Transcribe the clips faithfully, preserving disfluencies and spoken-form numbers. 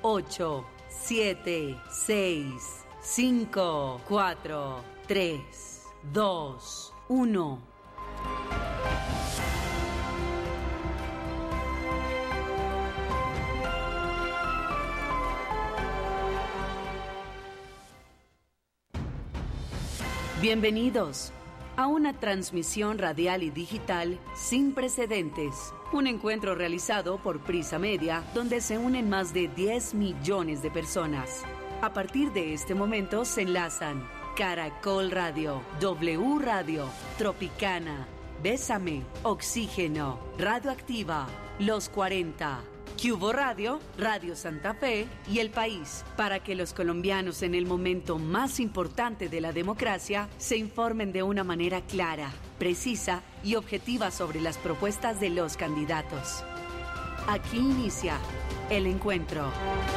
ocho, siete, seis, cinco, cuatro, tres, dos, uno. Bienvenidos a una transmisión radial y digital sin precedentes. Un encuentro realizado por Prisa Media, donde se unen más de diez millones de personas. A partir de este momento se enlazan Caracol Radio, W Radio, Tropicana, Bésame, Oxígeno, Radioactiva, Los cuarenta, Cubo Radio, Radio Santa Fe y El País, para que los colombianos en el momento más importante de la democracia se informen de una manera clara, precisa y objetiva sobre las propuestas de los candidatos. Aquí inicia el encuentro.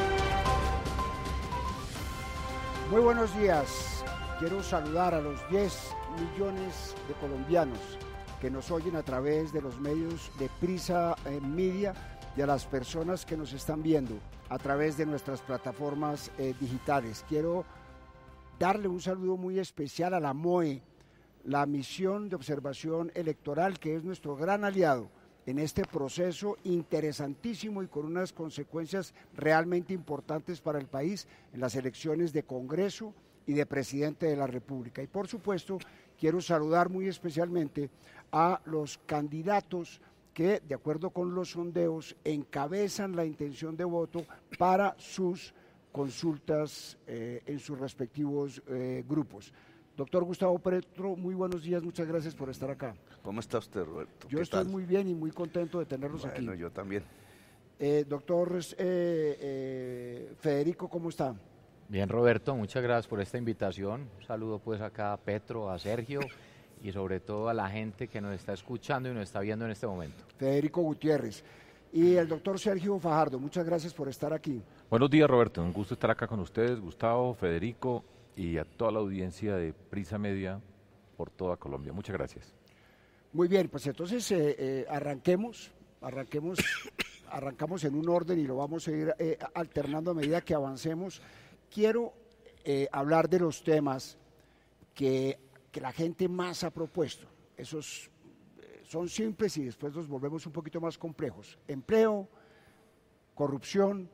Muy buenos días. Quiero saludar a los diez millones de colombianos que nos oyen a través de los medios de Prisa Media y a las personas que nos están viendo a través de nuestras plataformas eh, digitales. Quiero darle un saludo muy especial a la M O E, la Misión de Observación Electoral, que es nuestro gran aliado en este proceso interesantísimo y con unas consecuencias realmente importantes para el país en las elecciones de Congreso y de Presidente de la República. Y por supuesto, quiero saludar muy especialmente a los candidatos que, de acuerdo con los sondeos, encabezan la intención de voto para sus consultas eh, en sus respectivos eh, grupos. Doctor Gustavo Petro, muy buenos días, muchas gracias por estar acá. ¿Cómo está usted, Roberto? Yo estoy tal? muy bien y muy contento de tenerlos bueno, aquí. Bueno, yo también. Eh, doctor eh, eh, Federico, ¿cómo está? Bien, Roberto, muchas gracias por esta invitación. Un saludo pues acá a Petro, a Sergio y sobre todo a la gente que nos está escuchando y nos está viendo en este momento. Federico Gutiérrez. Y el doctor Sergio Fajardo, muchas gracias por estar aquí. Buenos días, Roberto, un gusto estar acá con ustedes, Gustavo, Federico y a toda la audiencia de Prisa Media por toda Colombia. Muchas gracias. Muy bien, pues entonces eh, eh, arranquemos, arranquemos, arrancamos en un orden y lo vamos a ir eh, alternando a medida que avancemos. Quiero eh, hablar de los temas que, que la gente más ha propuesto. Esos eh, son simples y después los volvemos un poquito más complejos. Empleo, corrupción,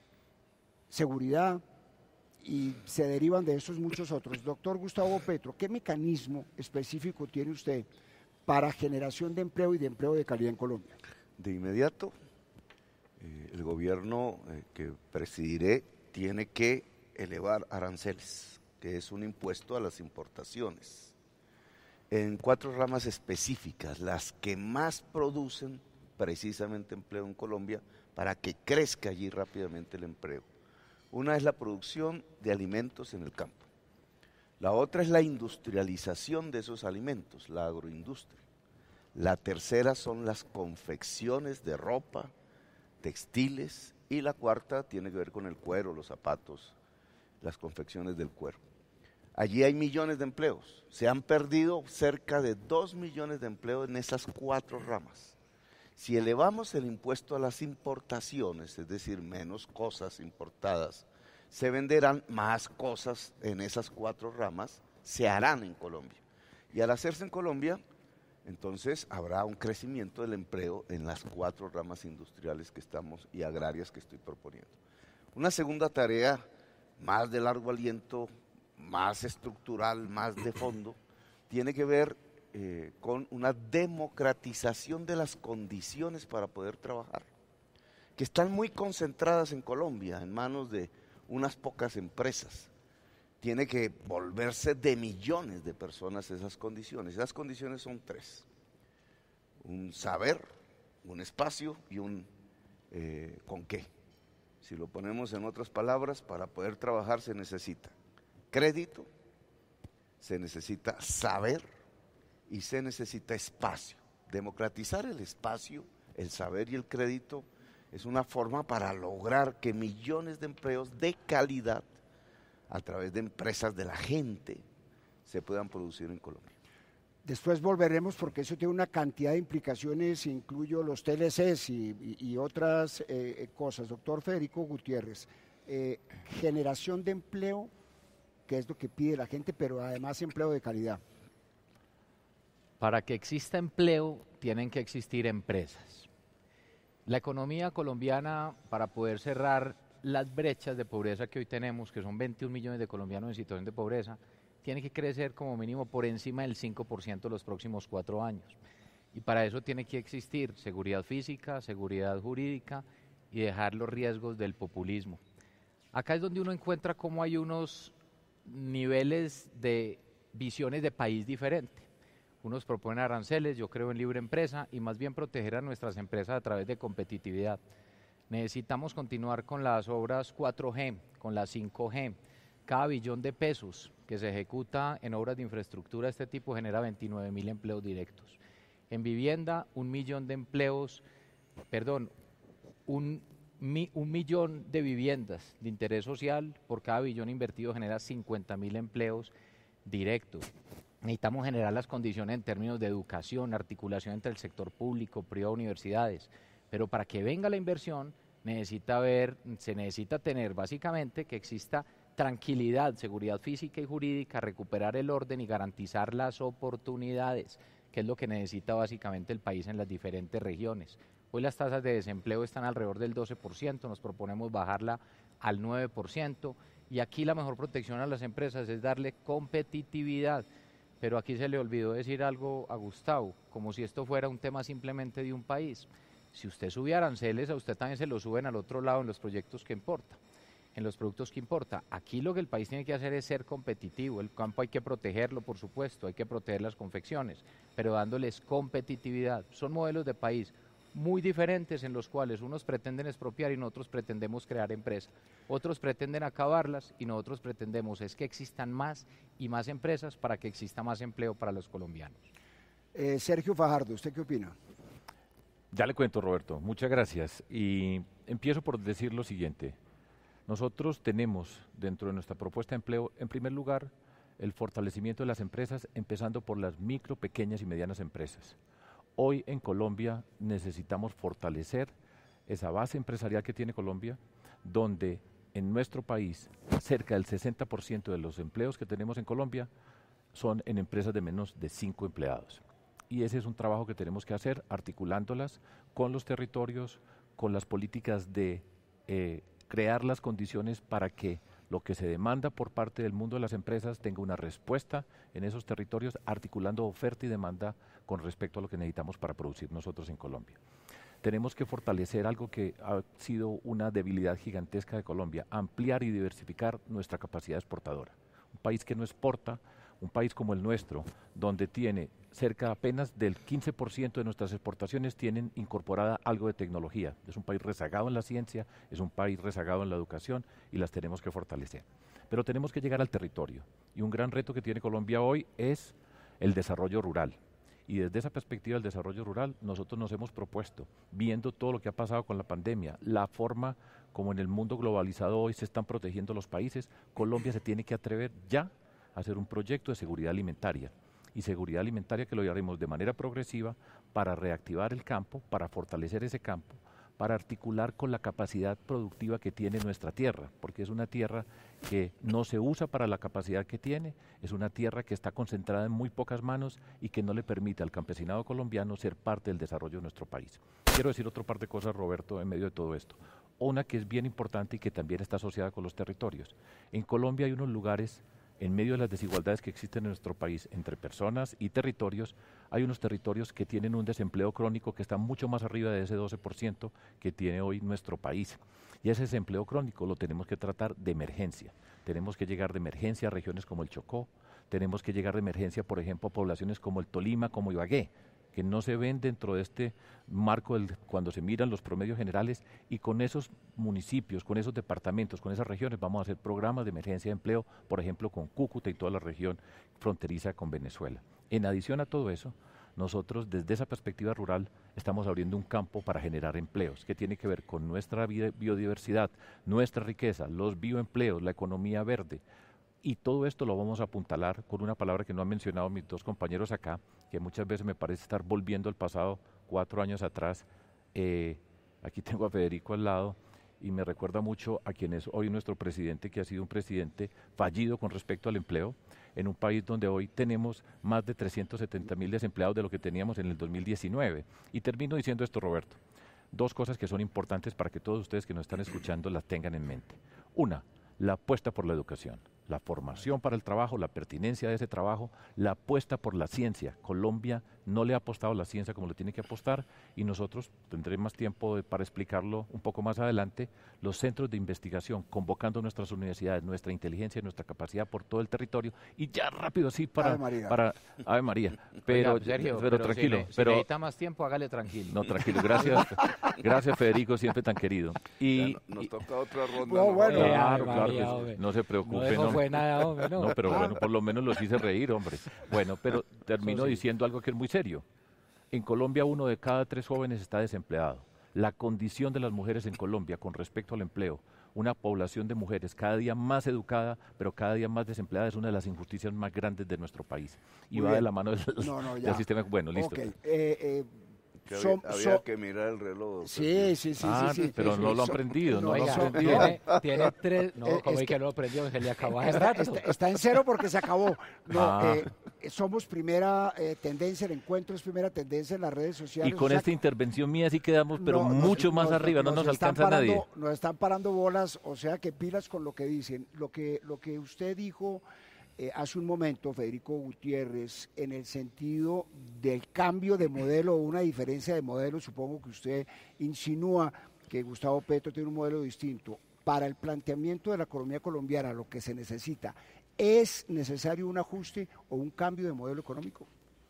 seguridad, y se derivan de esos muchos otros. Doctor Gustavo Petro, ¿qué mecanismo específico tiene usted para generación de empleo y de empleo de calidad en Colombia? De inmediato, eh, el gobierno eh, que presidiré tiene que elevar aranceles, que es un impuesto a las importaciones, en cuatro ramas específicas, las que más producen precisamente empleo en Colombia, para que crezca allí rápidamente el empleo. Una es la producción de alimentos en el campo. La otra es la industrialización de esos alimentos, la agroindustria. La tercera son las confecciones de ropa, textiles, y la cuarta tiene que ver con el cuero, los zapatos, las confecciones del cuero. Allí hay millones de empleos. Se han perdido cerca de dos millones de empleos en esas cuatro ramas. Si elevamos el impuesto a las importaciones, es decir, menos cosas importadas, se venderán más cosas en esas cuatro ramas, se harán en Colombia. Y al hacerse en Colombia, entonces habrá un crecimiento del empleo en las cuatro ramas industriales que estamos y agrarias que estoy proponiendo. Una segunda tarea, más de largo aliento, más estructural, más de fondo, tiene que ver Eh, con una democratización de las condiciones para poder trabajar, que están muy concentradas en Colombia, en manos de unas pocas empresas. Tiene que volverse de millones de personas esas condiciones. Esas condiciones son tres: un saber, un espacio y un eh, con qué. Si lo ponemos en otras palabras, para poder trabajar se necesita crédito, se necesita saber y se necesita espacio. Democratizar el espacio, el saber y el crédito es una forma para lograr que millones de empleos de calidad a través de empresas de la gente se puedan producir en Colombia. Después volveremos porque eso tiene una cantidad de implicaciones, incluyo los T L Cs y, y, y otras eh, cosas. Doctor Federico Gutiérrez, eh, generación de empleo, que es lo que pide la gente, pero además empleo de calidad. Para que exista empleo, tienen que existir empresas. La economía colombiana, para poder cerrar las brechas de pobreza que hoy tenemos, que son veintiún millones de colombianos en situación de pobreza, tiene que crecer como mínimo por encima del cinco por ciento los próximos cuatro años. Y para eso tiene que existir seguridad física, seguridad jurídica y dejar los riesgos del populismo. Acá es donde uno encuentra cómo hay unos niveles de visiones de país diferentes. Unos proponen aranceles, yo creo en libre empresa y más bien proteger a nuestras empresas a través de competitividad. Necesitamos continuar con las obras cuatro G, con las cinco G. Cada billón de pesos que se ejecuta en obras de infraestructura de este tipo genera veintinueve mil empleos directos. En vivienda, un millón de empleos, perdón, un, mi, un millón de viviendas de interés social por cada billón invertido genera cincuenta mil empleos directos. Necesitamos generar las condiciones en términos de educación, articulación entre el sector público, privado, universidades, pero para que venga la inversión necesita ver, se necesita tener básicamente que exista tranquilidad, seguridad física y jurídica, recuperar el orden y garantizar las oportunidades, que es lo que necesita básicamente el país en las diferentes regiones. Hoy las tasas de desempleo están alrededor del doce por ciento, nos proponemos bajarla al nueve por ciento y aquí la mejor protección a las empresas es darle competitividad. Pero aquí se le olvidó decir algo a Gustavo, como si esto fuera un tema simplemente de un país. Si usted sube aranceles, a usted también se lo suben al otro lado en los proyectos que importa, en los productos que importa. Aquí lo que el país tiene que hacer es ser competitivo. El campo hay que protegerlo, por supuesto, hay que proteger las confecciones, pero dándoles competitividad. Son modelos de país muy diferentes en los cuales unos pretenden expropiar y nosotros pretendemos crear empresas, otros pretenden acabarlas y nosotros pretendemos es que existan más y más empresas para que exista más empleo para los colombianos. Eh, Sergio Fajardo, ¿usted qué opina? Ya le cuento, Roberto, muchas gracias. Y empiezo por decir lo siguiente. Nosotros tenemos dentro de nuestra propuesta de empleo, en primer lugar, el fortalecimiento de las empresas, empezando por las micro, pequeñas y medianas empresas. Hoy en Colombia necesitamos fortalecer esa base empresarial que tiene Colombia, donde en nuestro país cerca del sesenta por ciento de los empleos que tenemos en Colombia son en empresas de menos de cinco empleados. Y ese es un trabajo que tenemos que hacer articulándolas con los territorios, con las políticas de eh, crear las condiciones para que lo que se demanda por parte del mundo de las empresas tenga una respuesta en esos territorios, articulando oferta y demanda con respecto a lo que necesitamos para producir nosotros en Colombia. Tenemos que fortalecer algo que ha sido una debilidad gigantesca de Colombia, ampliar y diversificar nuestra capacidad exportadora. Un país que no exporta, un país como el nuestro, donde tiene cerca apenas del quince por ciento de nuestras exportaciones tienen incorporada algo de tecnología. Es un país rezagado en la ciencia, es un país rezagado en la educación y las tenemos que fortalecer. Pero tenemos que llegar al territorio y un gran reto que tiene Colombia hoy es el desarrollo rural. Y desde esa perspectiva del desarrollo rural, nosotros nos hemos propuesto, viendo todo lo que ha pasado con la pandemia, la forma como en el mundo globalizado hoy se están protegiendo los países, Colombia se tiene que atrever ya a hacer un proyecto de seguridad alimentaria. Y seguridad alimentaria que lo haremos de manera progresiva para reactivar el campo, para fortalecer ese campo, para articular con la capacidad productiva que tiene nuestra tierra, porque es una tierra que no se usa para la capacidad que tiene, es una tierra que está concentrada en muy pocas manos y que no le permite al campesinado colombiano ser parte del desarrollo de nuestro país. Quiero decir otro par de cosas, Roberto, en medio de todo esto. Una que es bien importante y que también está asociada con los territorios. En Colombia hay unos lugares, en medio de las desigualdades que existen en nuestro país entre personas y territorios, hay unos territorios que tienen un desempleo crónico que está mucho más arriba de ese doce por ciento que tiene hoy nuestro país. Y ese desempleo crónico lo tenemos que tratar de emergencia. Tenemos que llegar de emergencia a regiones como el Chocó, tenemos que llegar de emergencia, por ejemplo, a poblaciones como el Tolima, como Ibagué, que no se ven dentro de este marco del, cuando se miran los promedios generales, y con esos municipios, con esos departamentos, con esas regiones vamos a hacer programas de emergencia de empleo, por ejemplo con Cúcuta y toda la región fronteriza con Venezuela. En adición a todo eso, nosotros desde esa perspectiva rural estamos abriendo un campo para generar empleos, que tiene que ver con nuestra biodiversidad, nuestra riqueza, los bioempleos, la economía verde, Y todo esto lo vamos a apuntalar con una palabra que no han mencionado mis dos compañeros acá, que muchas veces me parece estar volviendo al pasado, cuatro años atrás. Eh, aquí tengo a Federico al lado y me recuerda mucho a quien es hoy nuestro presidente, que ha sido un presidente fallido con respecto al empleo, en un país donde hoy tenemos más de trescientos setenta mil desempleados de lo que teníamos en el dos mil diecinueve. Y termino diciendo esto, Roberto, dos cosas que son importantes para que todos ustedes que nos están escuchando las tengan en mente. Una, la apuesta por la educación, la formación para el trabajo, la pertinencia de ese trabajo, la apuesta por la ciencia. Colombia no le ha apostado a la ciencia como le tiene que apostar y nosotros tendré más tiempo de, para explicarlo un poco más adelante. Los centros de investigación, convocando nuestras universidades, nuestra inteligencia, nuestra capacidad por todo el territorio y ya rápido así para... Ave María. Para, Ave María. Pero, Oiga, Sergio, pero, pero tranquilo. Si, ne- si pero, necesita más tiempo, hágale tranquilo. no, tranquilo. Gracias, gracias Federico, siempre tan querido. Y, Ya no- nos y- toca otra ronda. No, ¿no? bueno. Eh, Claro, Ave claro, María, pues, hombre. no se No preocupe. dejó no. fue nada, hombre, no. No, pero bueno, por lo menos los hice reír, hombre. Bueno, pero termino Eso sí. diciendo algo que es muy serio. En Colombia uno de cada tres jóvenes está desempleado. La condición de las mujeres en Colombia con respecto al empleo, una población de mujeres cada día más educada, pero cada día más desempleada, es una de las injusticias más grandes de nuestro país. Y Muy va de bien. la mano del, No, no, del ya. sistema. Bueno, listo. Ok, eh, eh, Que son- había, había son- que mirar el reloj. sí, sí, sí, Ah, sí, sí. pero no lo han Son- aprendido, no lo Oiga, han son- aprendido. tiene, tiene tres... No, Eh, como es es que no lo aprendió, se le acabó hace Está, rato. está- está en cero porque se acabó. No, Ah. eh, somos primera eh, tendencia, el encuentro es primera tendencia en las redes sociales. Y con o sea esta que intervención mía sí quedamos, pero no, nos- mucho más nos- arriba, no nos están alcanza parando- nadie. Nos están parando bolas, o sea que pilas con lo que dicen. Lo que, lo que usted dijo eh, hace un momento, Federico Gutiérrez, en el sentido del cambio de modelo o una diferencia de modelo, supongo que usted insinúa que Gustavo Petro tiene un modelo distinto. Para el planteamiento de la economía colombiana, lo que se necesita, ¿es necesario un ajuste o un cambio de modelo económico?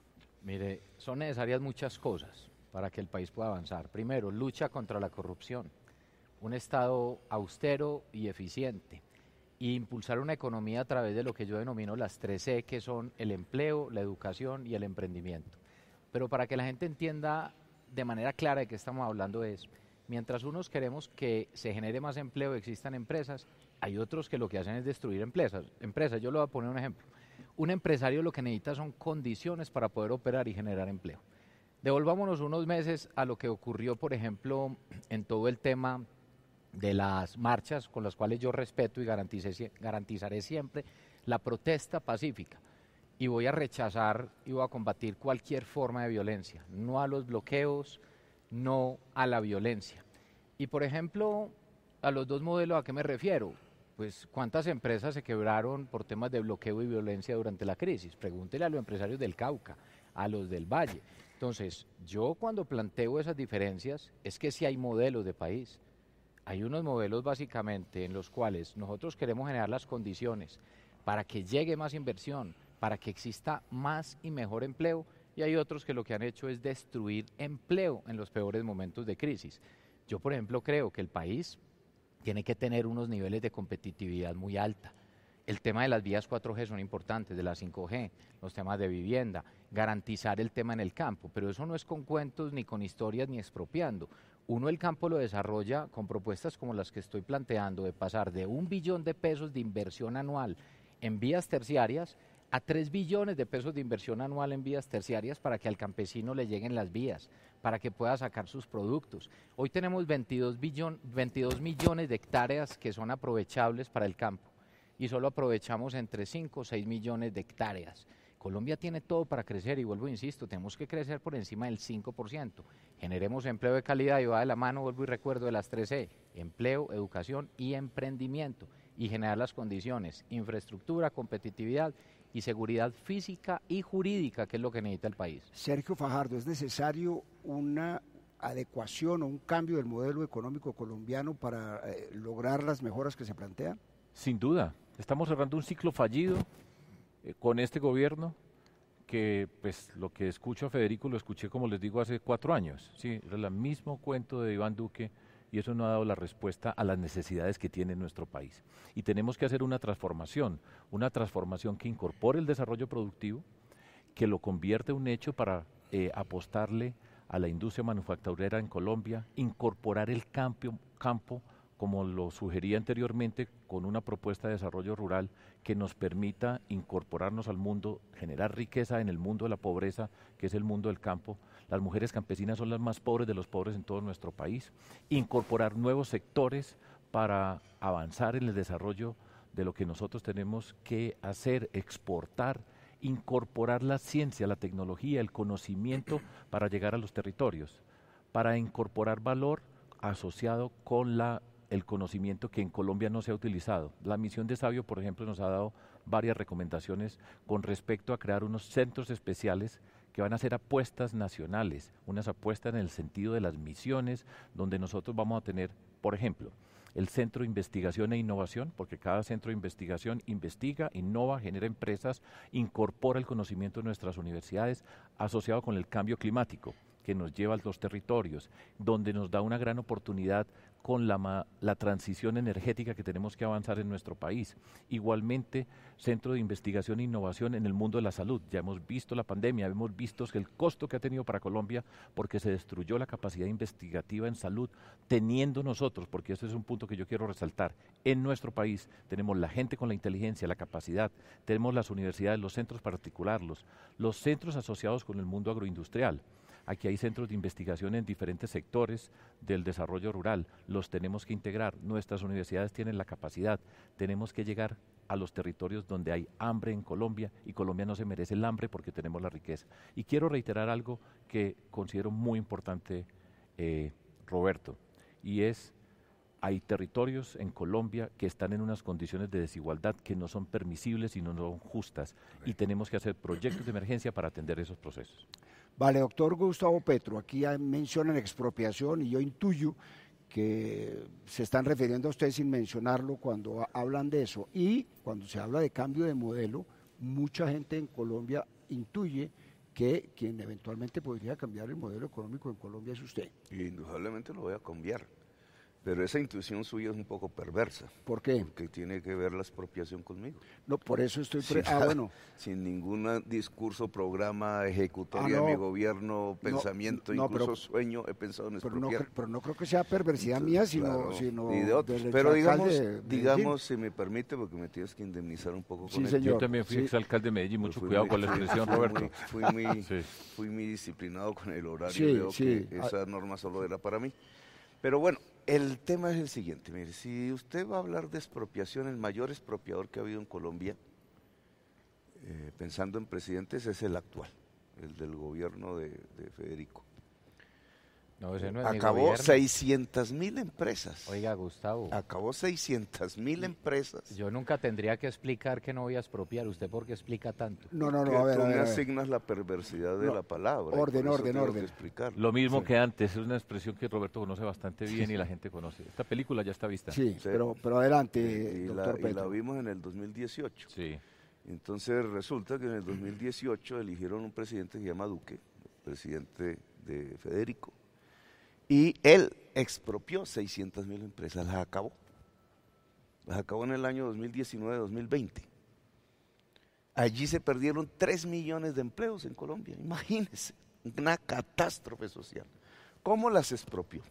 Mire, son necesarias muchas cosas para que el país pueda avanzar. Primero, lucha contra la corrupción, un Estado austero y eficiente, e impulsar una economía a través de lo que yo denomino las tres C, que son el empleo, la educación y el emprendimiento. Pero para que la gente entienda de manera clara de qué estamos hablando es, mientras unos queremos que se genere más empleo, existan empresas, hay otros que lo que hacen es destruir empresas. empresas. Yo le voy a poner un ejemplo. Un empresario lo que necesita son condiciones para poder operar y generar empleo. Devolvámonos unos meses a lo que ocurrió, por ejemplo, en todo el tema de las marchas, con las cuales yo respeto y garantice- garantizaré siempre la protesta pacífica. Y voy a rechazar y voy a combatir cualquier forma de violencia, no a los bloqueos, no a la violencia. Y por ejemplo, a los dos modelos, ¿a qué me refiero? Pues cuántas empresas se quebraron por temas de bloqueo y violencia durante la crisis. Pregúntele a los empresarios del Cauca, a los del Valle. Entonces, yo cuando planteo esas diferencias, es que si hay modelos de país. Hay unos modelos básicamente en los cuales nosotros queremos generar las condiciones para que llegue más inversión, para que exista más y mejor empleo, y hay otros que lo que han hecho es destruir empleo en los peores momentos de crisis. Yo, por ejemplo, creo que el país tiene que tener unos niveles de competitividad muy alta. El tema de las vías cuatro G son importantes, de la cinco G, los temas de vivienda, garantizar el tema en el campo, pero eso no es con cuentos, ni con historias, ni expropiando. Uno el campo lo desarrolla con propuestas como las que estoy planteando, de pasar de un billón de pesos de inversión anual en vías terciarias a tres billones de pesos de inversión anual en vías terciarias para que al campesino le lleguen las vías, para que pueda sacar sus productos. Hoy tenemos veintidós, billón, veintidós millones de hectáreas que son aprovechables para el campo y solo aprovechamos entre cinco o seis millones de hectáreas. Colombia tiene todo para crecer y vuelvo, insisto, tenemos que crecer por encima del cinco por ciento. Generemos empleo de calidad y va de la mano, vuelvo y recuerdo, de las tres C, empleo, educación y emprendimiento, y generar las condiciones, infraestructura, competitividad y seguridad física y jurídica, que es lo que necesita el país. Sergio Fajardo, ¿es necesario una adecuación o un cambio del modelo económico colombiano para eh, lograr las mejoras que se plantean? Sin duda, estamos cerrando un ciclo fallido eh, con este gobierno que, pues, lo que escucho a Federico lo escuché, como les digo, hace cuatro años. Sí, era el mismo cuento de Iván Duque y eso no ha dado la respuesta a las necesidades que tiene nuestro país. Y tenemos que hacer una transformación, una transformación que incorpore el desarrollo productivo, que lo convierte en un hecho para eh, apostarle a la industria manufacturera en Colombia, incorporar el campo, campo como lo sugería anteriormente, con una propuesta de desarrollo rural que nos permita incorporarnos al mundo, generar riqueza en el mundo de la pobreza, que es el mundo del campo. Las mujeres campesinas son las más pobres de los pobres en todo nuestro país. Incorporar nuevos sectores para avanzar en el desarrollo de lo que nosotros tenemos que hacer, exportar, incorporar la ciencia, la tecnología, el conocimiento para llegar a los territorios, para incorporar valor asociado con la el conocimiento que en Colombia no se ha utilizado. La misión de Sabio, por ejemplo, nos ha dado varias recomendaciones con respecto a crear unos centros especiales que van a ser apuestas nacionales, unas apuestas en el sentido de las misiones, donde nosotros vamos a tener, por ejemplo, el Centro de Investigación e Innovación, porque cada centro de investigación investiga, innova, genera empresas, incorpora el conocimiento de nuestras universidades asociado con el cambio climático, que nos lleva a los territorios, donde nos da una gran oportunidad con la, la transición energética que tenemos que avanzar en nuestro país. Igualmente, Centro de Investigación e Innovación en el mundo de la salud. Ya hemos visto la pandemia, hemos visto el costo que ha tenido para Colombia porque se destruyó la capacidad investigativa en salud, teniendo nosotros, porque este es un punto que yo quiero resaltar, en nuestro país tenemos la gente con la inteligencia, la capacidad, tenemos las universidades, los centros para articularlos, los centros asociados con el mundo agroindustrial. Aquí hay centros de investigación en diferentes sectores del desarrollo rural, los tenemos que integrar, nuestras universidades tienen la capacidad, tenemos que llegar a los territorios donde hay hambre en Colombia y Colombia no se merece el hambre porque tenemos la riqueza. Y quiero reiterar algo que considero muy importante, eh, Roberto, y es, hay territorios en Colombia que están en unas condiciones de desigualdad que no son permisibles y no son justas, y tenemos que hacer proyectos de emergencia para atender esos procesos. Vale, doctor Gustavo Petro, aquí mencionan expropiación y yo intuyo que se están refiriendo a usted sin mencionarlo cuando hablan de eso. Y cuando se habla de cambio de modelo, mucha gente en Colombia intuye que quien eventualmente podría cambiar el modelo económico en Colombia es usted. Y indudablemente lo voy a cambiar. Pero esa intuición suya es un poco perversa. ¿Por qué? Porque tiene que ver la expropiación conmigo. No, por eso estoy... Pre Sin ah, nada, bueno. Sin ningún discurso, programa, ejecutoria ah, no, de mi gobierno, pensamiento, no, no, incluso pero, sueño, he pensado en expropiar. Pero no, pero no creo que sea perversidad Entonces, mía, sino, claro, sino y de otros. del Pero digamos, de digamos si me permite, porque me tienes que indemnizar un poco con sí, esto. señor. Yo también fui sí. exalcalde de Medellín, mucho Fui cuidado muy, con la expresión, fui Roberto. Muy, fui, muy, sí. fui muy disciplinado con el horario, sí, veo sí. que esa norma solo era para mí. Pero bueno, el tema es el siguiente, mire, si usted va a hablar de expropiación, el mayor expropiador que ha habido en Colombia, eh, pensando en presidentes, es el actual, el del gobierno de, de Federico. No, ese no es Acabó seiscientas mil empresas. Oiga, Gustavo. Acabó seiscientas mil empresas. Yo nunca tendría que explicar que no voy a expropiar. ¿Usted por qué explica tanto? No, no, no, que a ver, tú a ver, me a ver. asignas la perversidad de no, la palabra. Orden, orden, orden. Lo mismo sí. que antes, es una expresión que Roberto conoce bastante bien y la gente conoce. Esta película ya está vista. Sí, sí. Pero, pero adelante, y, y doctor la, Petro. Y la vimos en el dos mil dieciocho. Sí. Entonces resulta que en el dos mil dieciocho eligieron un presidente que se llama Duque, presidente de Federico, y él expropió seiscientas mil empresas, las acabó. Las acabó en el año dos mil diecinueve dos mil veinte. Allí se perdieron tres millones de empleos en Colombia, imagínense, una catástrofe social. ¿Cómo las expropió?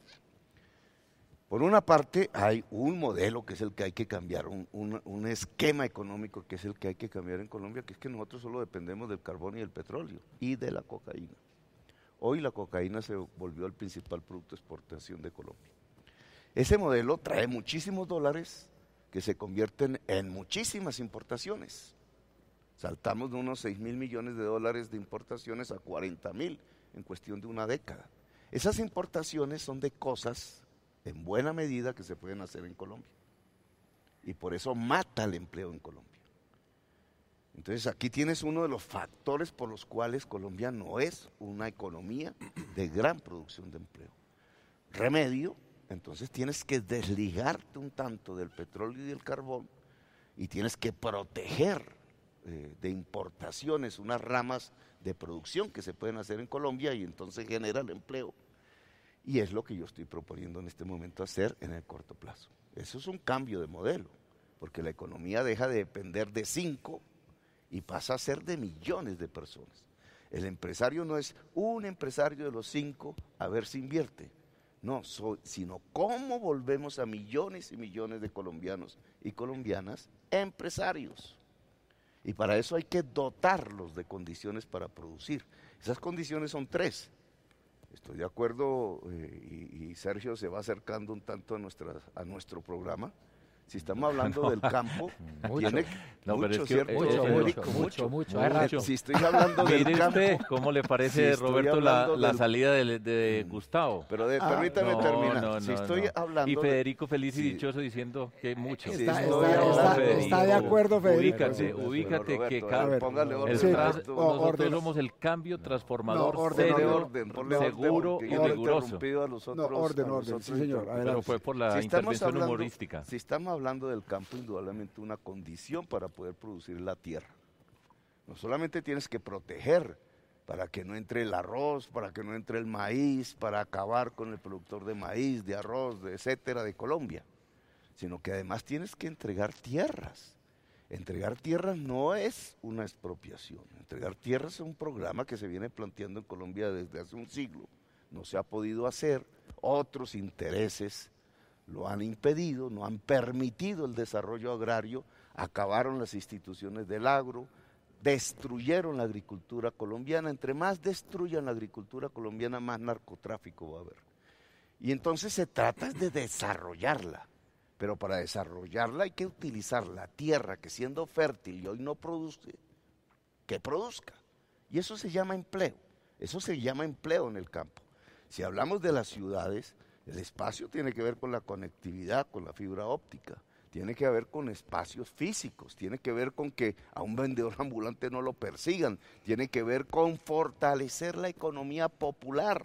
Por una parte hay un modelo que es el que hay que cambiar, un, un, un esquema económico que es el que hay que cambiar en Colombia, que es que nosotros solo dependemos del carbón y del petróleo y de la cocaína. Hoy la cocaína se volvió el principal producto de exportación de Colombia. Ese modelo trae muchísimos dólares que se convierten en muchísimas importaciones. Saltamos de unos seis mil millones de dólares de importaciones a cuarenta mil en cuestión de una década. Esas importaciones son de cosas en buena medida que se pueden hacer en Colombia. Y por eso mata el empleo en Colombia. Entonces aquí tienes uno de los factores por los cuales Colombia no es una economía de gran producción de empleo. Remedio, entonces tienes que desligarte un tanto del petróleo y del carbón y tienes que proteger eh, de importaciones unas ramas de producción que se pueden hacer en Colombia y entonces genera el empleo. Y es lo que yo estoy proponiendo en este momento hacer en el corto plazo. Eso es un cambio de modelo, porque la economía deja de depender de cinco y pasa a ser de millones de personas. El empresario no es un empresario de los cinco a ver si invierte. no, so, sino cómo volvemos a millones y millones de colombianos y colombianas empresarios. Y para eso hay que dotarlos de condiciones para producir. Esas condiciones son tres. Estoy de acuerdo, eh, y, y Sergio se va acercando un tanto a, nuestra, a nuestro programa. Si estamos hablando no. del campo, mucho. tiene no, mucho, es que, ¿cierto? Mucho, Federico? mucho, mucho, mucho, mucho. mucho. Si estoy hablando del Mire campo... usted, ¿cómo le parece, si Roberto, la, la del... salida de, de Gustavo? Pero de, ah, permítame no, terminar. No, no, si estoy no. hablando... Y Federico feliz y sí. dichoso diciendo que mucho. Sí, Está, estoy está, hablando, está, está de acuerdo, Federico. Ubícate, ubícate Roberto, que a cada, ver, póngale orden. el Sí, tras- Roberto. o- nosotros orden. somos el cambio transformador No, orden, serio, orden, ponle orden, seguro porque y yo he riguroso. interrumpido a los No, otros, orden, a los orden, otros sí, señor, interlocutores. adelante. Pero fue por la Si estamos intervención hablando- humorística. Si estamos hablando del campo, indudablemente una condición para poder producir la tierra. No solamente tienes que proteger para que no entre el arroz, para que no entre el maíz, para acabar con el productor de maíz, de arroz, de etcétera, de Colombia, sino que además tienes que entregar tierras. Entregar tierras no es una expropiación. Entregar tierras es un programa que se viene planteando en Colombia desde hace un siglo. No se ha podido hacer, otros intereses lo han impedido, no han permitido el desarrollo agrario, acabaron las instituciones del agro, destruyeron la agricultura colombiana. Entre más destruyan la agricultura colombiana, más narcotráfico va a haber. Y entonces se trata de desarrollarla, pero para desarrollarla hay que utilizar la tierra que siendo fértil y hoy no produce, que produzca. Y eso se llama empleo, eso se llama empleo en el campo. Si hablamos de las ciudades, el espacio tiene que ver con la conectividad, con la fibra óptica, tiene que ver con espacios físicos, tiene que ver con que a un vendedor ambulante no lo persigan, tiene que ver con fortalecer la economía popular,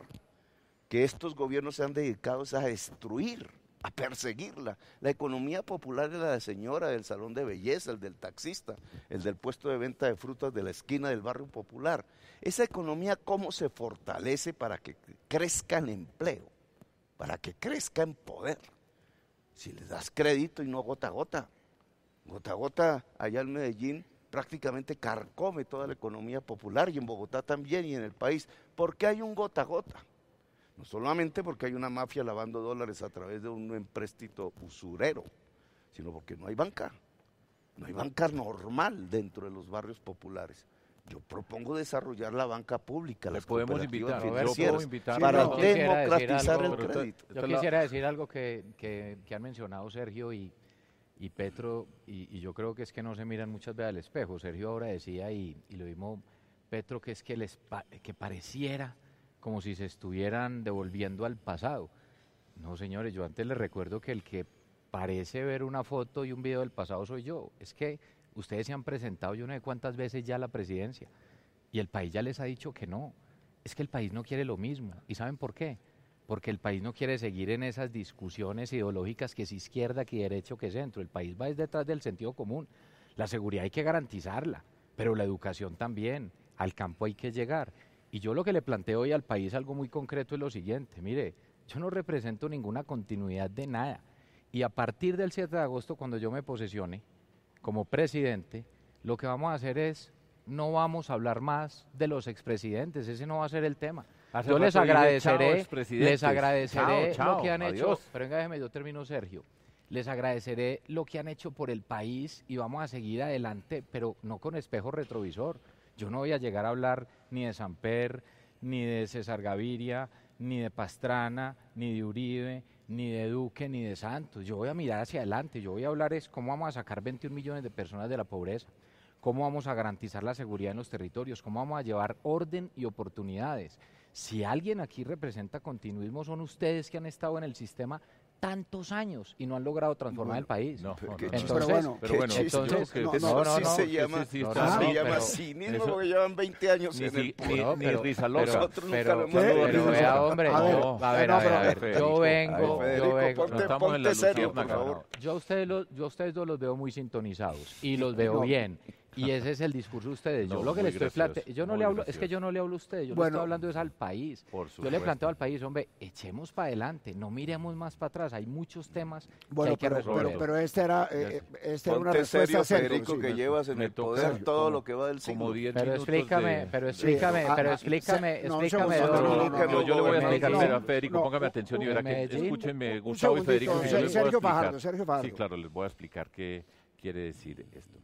que estos gobiernos se han dedicado a destruir, a perseguirla. La economía popular es la de señora, del salón de belleza, el del taxista, el del puesto de venta de frutas de la esquina del barrio popular. Esa economía, ¿cómo se fortalece para que crezca en empleo? Para que crezca en poder. Si les das crédito y no gota a gota, gota a gota allá en Medellín prácticamente carcome toda la economía popular, y en Bogotá también, y en el país. ¿Por qué hay un gota a gota? No solamente porque hay una mafia lavando dólares a través de un empréstito usurero, sino porque no hay banca, no hay banca normal dentro de los barrios populares. Yo propongo desarrollar la banca pública, Le las podemos cooperativas invitar, yo financieras, puedo invitar. para yo quisiera decir democratizar algo, el pero crédito. Yo quisiera decir algo que, que, que han mencionado Sergio y, y Petro, y, y yo creo que es que no se miran muchas veces al espejo. Sergio ahora decía, y, y lo mismo Petro, que es que, les pa- que pareciera como si se estuvieran devolviendo al pasado. No, señores, yo antes les recuerdo que el que parece ver una foto y un video del pasado soy yo. Es que ustedes se han presentado yo no sé cuántas veces ya a la presidencia, y el país ya les ha dicho que no. Es que el país no quiere lo mismo. ¿Y saben por qué? Porque el país no quiere seguir en esas discusiones ideológicas, que si izquierda, que derecho, que centro. El país va detrás del sentido común. La seguridad hay que garantizarla, pero la educación también. Al campo hay que llegar. Y yo lo que le planteo hoy al país, algo muy concreto, es lo siguiente. Mire, yo no represento ninguna continuidad de nada. Y a partir del siete de agosto, cuando yo me posesione como presidente, lo que vamos a hacer es, no vamos a hablar más de los expresidentes, ese no va a ser el tema. Hace Yo les rato dije, agradeceré, "Chao, expresidentes". les agradeceré Chao, chao, lo que han hecho, adiós. pero venga, déjeme, yo termino, Sergio. Les agradeceré lo que han hecho por el país y vamos a seguir adelante, pero no con espejo retrovisor. Yo no voy a llegar a hablar ni de Samper, ni de César Gaviria, ni de Pastrana, ni de Uribe, ni de Duque, ni de Santos. Yo voy a mirar hacia adelante, yo voy a hablar es cómo vamos a sacar veintiún millones de personas de la pobreza, cómo vamos a garantizar la seguridad en los territorios, cómo vamos a llevar orden y oportunidades. Si alguien aquí representa continuismo, son ustedes que han estado en el sistema tantos años y no han logrado transformar Bueno, el país. No, Pero no, qué no. chiste. Entonces, Pero bueno, pero qué bueno, chiste. entonces, yo creo no, que no, sí, no, sí no, se sí, llama, sí, sí, no, está se no, bien. llama pero cinismo eso- porque llevan veinte años Ni, en si- el ni, poder. No, ni pero- risa loca. Nosotros nunca pero, lo hemos pero, logrado. vea, hombre, A ver, yo, a ver, no, a ver, pero- a ver, Federico, yo vengo, Ay, yo Federico, vengo, ponte, No estamos en la ponte serio, lucierna, por favor. yo a ustedes, los, yo a ustedes dos los veo muy sintonizados y los veo No. bien, Y ese es el discurso de ustedes. Yo No, lo que le muy estoy gracioso, planteando, yo no muy le hablo, es gracioso. que yo no le hablo a usted, yo Bueno. le estoy hablando es al país. Por Yo le supuesto. planteo al país, hombre, echemos para adelante, no miremos más para atrás, hay muchos temas que Bueno, hay que pero, resolver. pero, pero este era, eh, eh, este era una Ponte respuesta serio, seria, Federico, sí. que llevas en Me el toca poder como- todo lo que va del como siglo. diez Pero minutos explícame, de- pero de- explícame, ah, pero ah, explícame, se- no, un explícame segundo, dónde- no, no, no, Yo, yo le voy a en explicar, Medellín. mira, Federico, no, póngame atención y en verá que, Medellín. escúchenme, Un Gustavo y segundito, Federico, que yo Ser- les voy a Sergio explicar. Fajardo, Sergio Fajardo. Sí, claro, les voy a explicar qué quiere decir esto.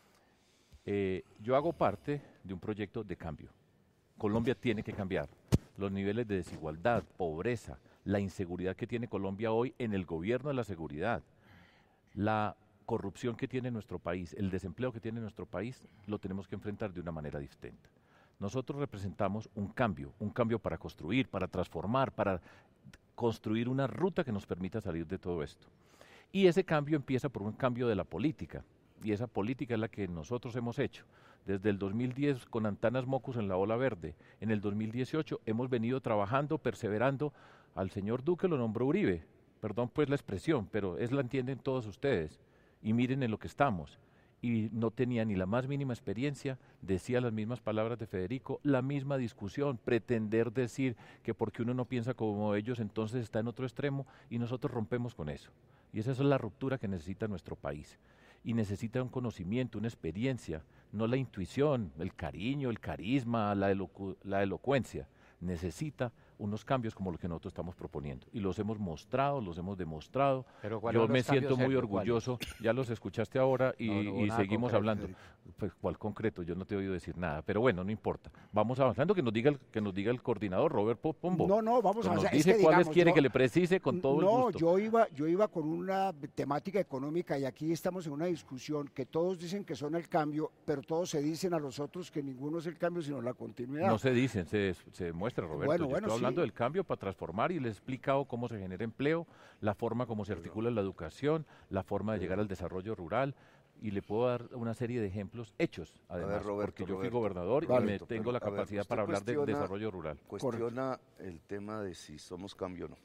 Eh, yo hago parte de un proyecto de cambio. Colombia tiene que cambiar. Los niveles de desigualdad, pobreza, la inseguridad que tiene Colombia hoy en el gobierno de la seguridad, la corrupción que tiene nuestro país, el desempleo que tiene nuestro país, lo tenemos que enfrentar de una manera distinta. Nosotros representamos un cambio, un cambio para construir, para transformar, para construir una ruta que nos permita salir de todo esto. Y ese cambio empieza por un cambio de la política, y esa política es la que nosotros hemos hecho. Desde el dos mil diez con Antanas Mocus en la ola verde, en el dos mil dieciocho hemos venido trabajando, perseverando. Al señor Duque lo nombró Uribe, perdón pues la expresión, pero es la entienden todos ustedes, y miren en lo que estamos. Y no tenía ni la más mínima experiencia, decía las mismas palabras de Federico, la misma discusión, pretender decir que porque uno no piensa como ellos entonces está en otro extremo, y nosotros rompemos con eso. Y esa es la ruptura que necesita nuestro país. Y necesita un conocimiento, una experiencia, no la intuición, el cariño, el carisma, la, elocu la elocuencia. Necesita unos cambios como los que nosotros estamos proponiendo. Y los hemos mostrado, los hemos demostrado. Pero ¿cuáles Yo son me los siento cambios, muy Sergio? orgulloso, ya los escuchaste ahora y, No, no, y nada seguimos concreto, hablando. Pues, ¿cuál concreto? Yo no te he oído decir nada, pero bueno, no importa. Vamos avanzando, que nos diga el, que nos diga el coordinador, Robert Po- Pombo. No, no, vamos Que a nos avanzar. Es dice que, cuáles digamos, quiere yo- que le precise con todo no, el gusto. yo iba, yo iba con una temática económica y aquí estamos en una discusión que todos dicen que son el cambio, pero todos se dicen a los otros que ninguno es el cambio sino la continuidad. No se dicen, se, se demuestra, Roberto. Bueno, Yo bueno, estoy hablando sí. del cambio para transformar y les he explicado cómo se genera empleo, la forma como se articula la educación, la forma de llegar al desarrollo rural, y le puedo dar una serie de ejemplos hechos, además, Roberto, porque yo fui Roberto, gobernador Vale. y me Roberto, tengo pero, la a ver, capacidad usted para hablar de cuestiona- desarrollo rural. Cuestiona el tema de si somos cambio o no.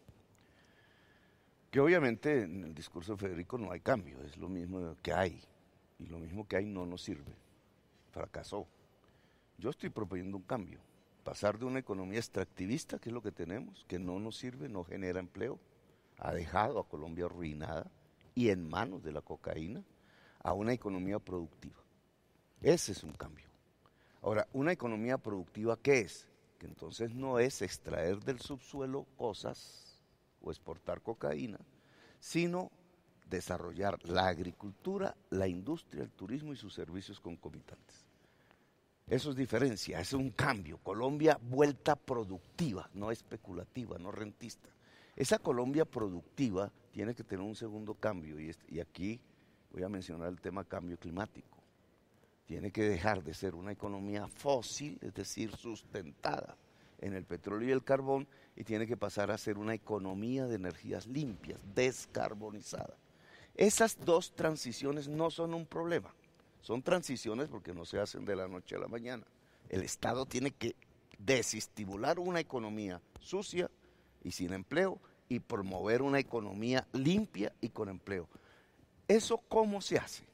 Que obviamente en el discurso de Federico no hay cambio, es lo mismo que hay, y lo mismo que hay no nos sirve, fracasó. Yo estoy proponiendo un cambio, pasar de una economía extractivista, que es lo que tenemos, que no nos sirve, no genera empleo, ha dejado a Colombia arruinada y en manos de la cocaína, a una economía productiva. Ese es un cambio. Ahora, una economía productiva, ¿qué es? Que entonces no es extraer del subsuelo cosas o exportar cocaína, sino desarrollar la agricultura, la industria, el turismo y sus servicios concomitantes. Eso es diferencia, es un cambio. Colombia vuelta productiva, no especulativa, no rentista. Esa Colombia productiva tiene que tener un segundo cambio, y, este, y aquí voy a mencionar el tema cambio climático. Tiene que dejar de ser una economía fósil, es decir, sustentada en el petróleo y el carbón, y tiene que pasar a ser una economía de energías limpias, descarbonizada. Esas dos transiciones no son un problema, son transiciones porque no se hacen de la noche a la mañana. El Estado tiene que desestimular una economía sucia y sin empleo y promover una economía limpia y con empleo. ¿Eso cómo se hace?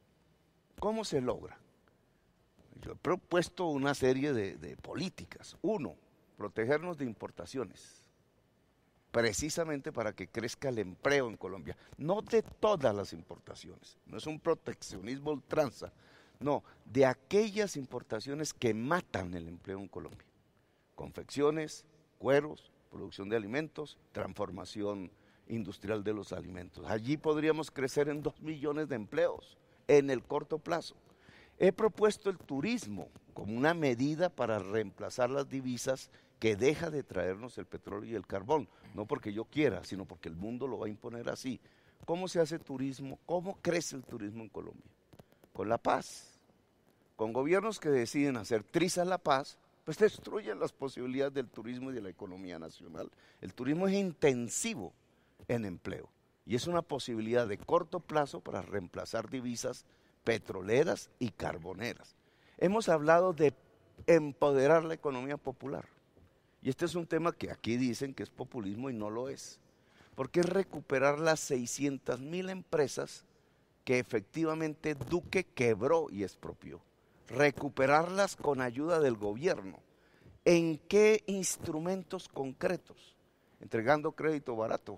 ¿Cómo se logra? Yo he propuesto una serie de, de políticas. Uno, protegernos de importaciones, precisamente para que crezca el empleo en Colombia. No de todas las importaciones, no es un proteccionismo ultranza, no, de aquellas importaciones que matan el empleo en Colombia. Confecciones, cueros, producción de alimentos, transformación industrial de los alimentos. Allí podríamos crecer en dos millones de empleos en el corto plazo. He propuesto el turismo como una medida para reemplazar las divisas que deja de traernos el petróleo y el carbón, no porque yo quiera, sino porque el mundo lo va a imponer así. ¿Cómo se hace turismo? ¿Cómo crece el turismo en Colombia? Con la paz. Con gobiernos que deciden hacer trizas la paz, pues destruyen las posibilidades del turismo y de la economía nacional. El turismo es intensivo en empleo y es una posibilidad de corto plazo para reemplazar divisas petroleras y carboneras. Hemos hablado de empoderar la economía popular y este es un tema que aquí dicen que es populismo y no lo es, porque es recuperar las seiscientas mil empresas que efectivamente Duque quebró y expropió. Recuperarlas con ayuda del gobierno. ¿En qué instrumentos concretos? Entregando crédito barato,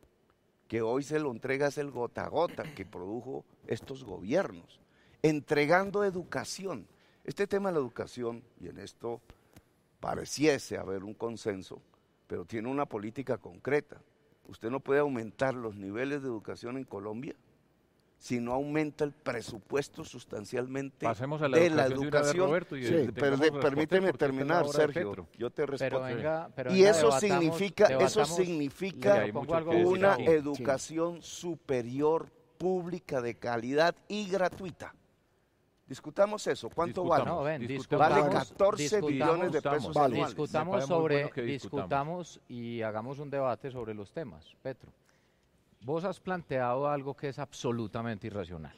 que hoy se lo entrega es el gota a gota que produjo estos gobiernos. Entregando educación. Este tema de la educación, y en esto pareciese haber un consenso, pero tiene una política concreta. Usted no puede aumentar los niveles de educación en Colombia si no aumenta el presupuesto sustancialmente Pasemos a la de la educación, educación. de una vez, Roberto, y sí, de- pero tengamos de- respuesta, permíteme porque esta es la terminar, hora de Sergio. Petro. Yo te respondo. Pero venga, pero y venga, eso debatamos- significa, eso debatamos- significa Sí, hay mucho que decir una aquí. educación superior, pública, de calidad y gratuita. Discutamos eso. ¿Cuánto Discutamos. vale? No, ven, Discutamos. Vale discutamos, catorce discutamos, billones de pesos discutamos. Vale. anuales. Discutamos Me parece muy sobre, bueno que discutamos. discutamos y hagamos un debate sobre los temas. Petro, vos has planteado algo que es absolutamente irracional.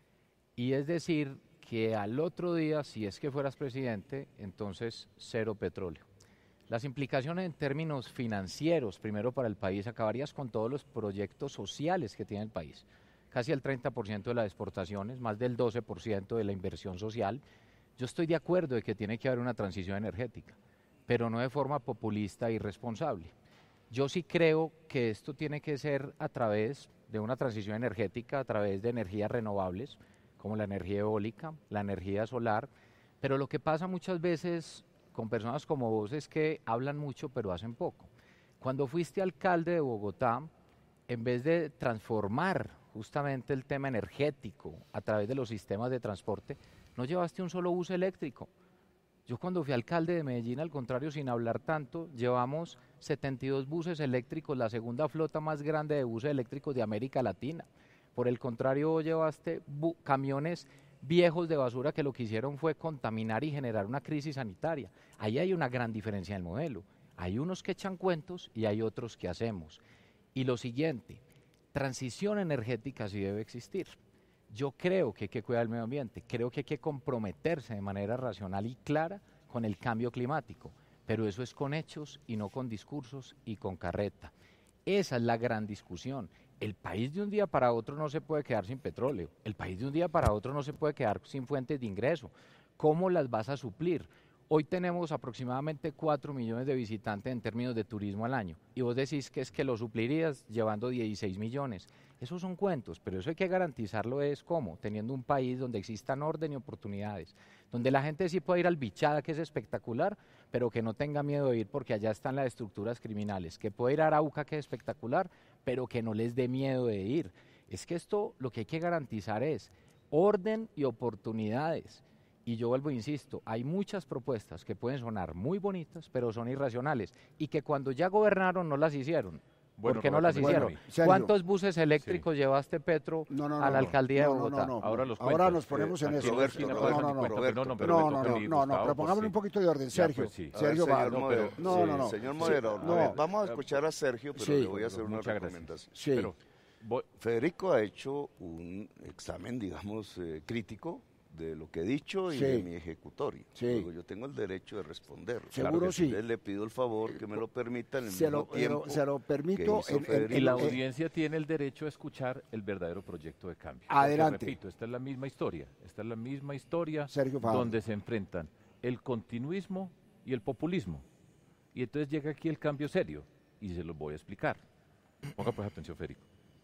Y es decir, que al otro día, si es que fueras presidente, entonces cero petróleo. Las implicaciones en términos financieros, primero para el país, acabarías con todos los proyectos sociales que tiene el país. Casi el treinta por ciento de las exportaciones, más del doce por ciento de la inversión social. Yo estoy de acuerdo de que tiene que haber una transición energética, pero no de forma populista e irresponsable. Yo sí creo que esto tiene que ser a través de una transición energética, a través de energías renovables, como la energía eólica, la energía solar, pero lo que pasa muchas veces con personas como vos es que hablan mucho pero hacen poco. Cuando fuiste alcalde de Bogotá, en vez de transformar justamente el tema energético a través de los sistemas de transporte, no llevaste un solo bus eléctrico. Yo cuando fui alcalde de Medellín, al contrario, sin hablar tanto, llevamos setenta y dos buses eléctricos, la segunda flota más grande de buses eléctricos de América Latina. Por el contrario, vos llevaste bu- camiones viejos de basura que lo que hicieron fue contaminar y generar una crisis sanitaria. Ahí hay una gran diferencia en el modelo. Hay unos que echan cuentos y hay otros que hacemos. Y lo siguiente, transición energética sí debe existir. Yo creo que hay que cuidar el medio ambiente, creo que hay que comprometerse de manera racional y clara con el cambio climático, pero eso es con hechos y no con discursos y con carreta. Esa es la gran discusión. El país de un día para otro no se puede quedar sin petróleo, el país de un día para otro no se puede quedar sin fuentes de ingreso. ¿Cómo las vas a suplir? Hoy tenemos aproximadamente cuatro millones de visitantes en términos de turismo al año y vos decís que es que lo suplirías llevando dieciséis millones. Esos son cuentos, pero eso hay que garantizarlo es cómo, teniendo un país donde existan orden y oportunidades, donde la gente sí pueda ir al Bichada, que es espectacular, pero que no tenga miedo de ir porque allá están las estructuras criminales, que pueda ir a Arauca, que es espectacular, pero que no les dé miedo de ir. Es que esto lo que hay que garantizar es orden y oportunidades. Y yo vuelvo e insisto, hay muchas propuestas que pueden sonar muy bonitas, pero son irracionales, y que cuando ya gobernaron no las hicieron. Bueno, ¿Por qué no Roberto, las bueno, hicieron? Sergio. ¿Cuántos buses eléctricos llevaste, Petro, No, no, no, a la no. alcaldía No, de no, Bogotá? no, no. Ahora los Ahora cuentos. nos ponemos en Eh, eso. Roberto, no, Roberto, no, no, no, Roberto, no, pero no, me no, toca a no, mí, no, Gustavo, pero pongámosle pues un poquito de orden, Ya, Sergio. pues, sí. A ver, Sergio va. señor no, Modero, pero- No, sí, no, no. señor Sí, Modero, no. a ver, vamos a escuchar a Sergio, pero Sí. le voy a hacer una Muchas gracias. recomendación. Sí. Pero voy- Federico ha hecho un examen, digamos, eh, crítico de lo que he dicho y Sí. de mi ejecutorio. Sí. Luego yo tengo el derecho de responder. Seguro Claro que sí. Entonces le pido el favor que me lo permita en el Se mismo lo, tiempo. se lo permito. hizo en- en- Federico. Y la en- audiencia tiene el derecho a escuchar el verdadero proyecto de cambio. Porque, Adelante. repito, esta es la misma historia. Esta es la misma historia Sergio Fajardo. donde se enfrentan el continuismo y el populismo. Y entonces llega aquí el cambio serio y se los voy a explicar. Ponga pues atención, Federico.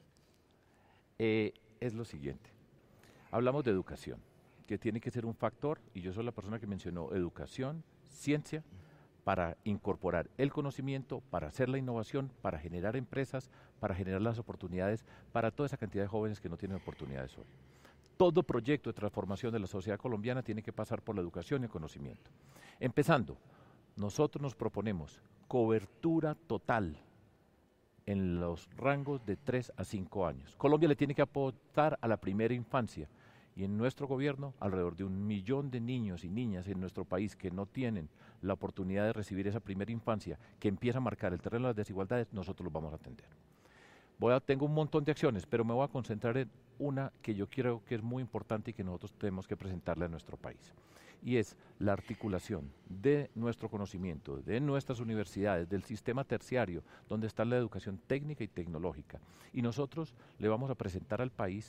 Eh, es lo siguiente. Hablamos de educación, que tiene que ser un factor, y yo soy la persona que mencionó educación, ciencia, para incorporar el conocimiento, para hacer la innovación, para generar empresas, para generar las oportunidades para toda esa cantidad de jóvenes que no tienen oportunidades hoy. Todo proyecto de transformación de la sociedad colombiana tiene que pasar por la educación y el conocimiento. Empezando, nosotros nos proponemos cobertura total en los rangos de tres a cinco años. Colombia le tiene que aportar a la primera infancia y en nuestro gobierno alrededor de un millón de niños y niñas en nuestro país que no tienen la oportunidad de recibir esa primera infancia que empieza a marcar el terreno de las desigualdades, nosotros los vamos a atender. Voy a, tengo un montón de acciones, pero me voy a concentrar en una que yo creo que es muy importante y que nosotros tenemos que presentarle a nuestro país. Y es la articulación de nuestro conocimiento, de nuestras universidades, del sistema terciario, donde está la educación técnica y tecnológica. Y nosotros le vamos a presentar al país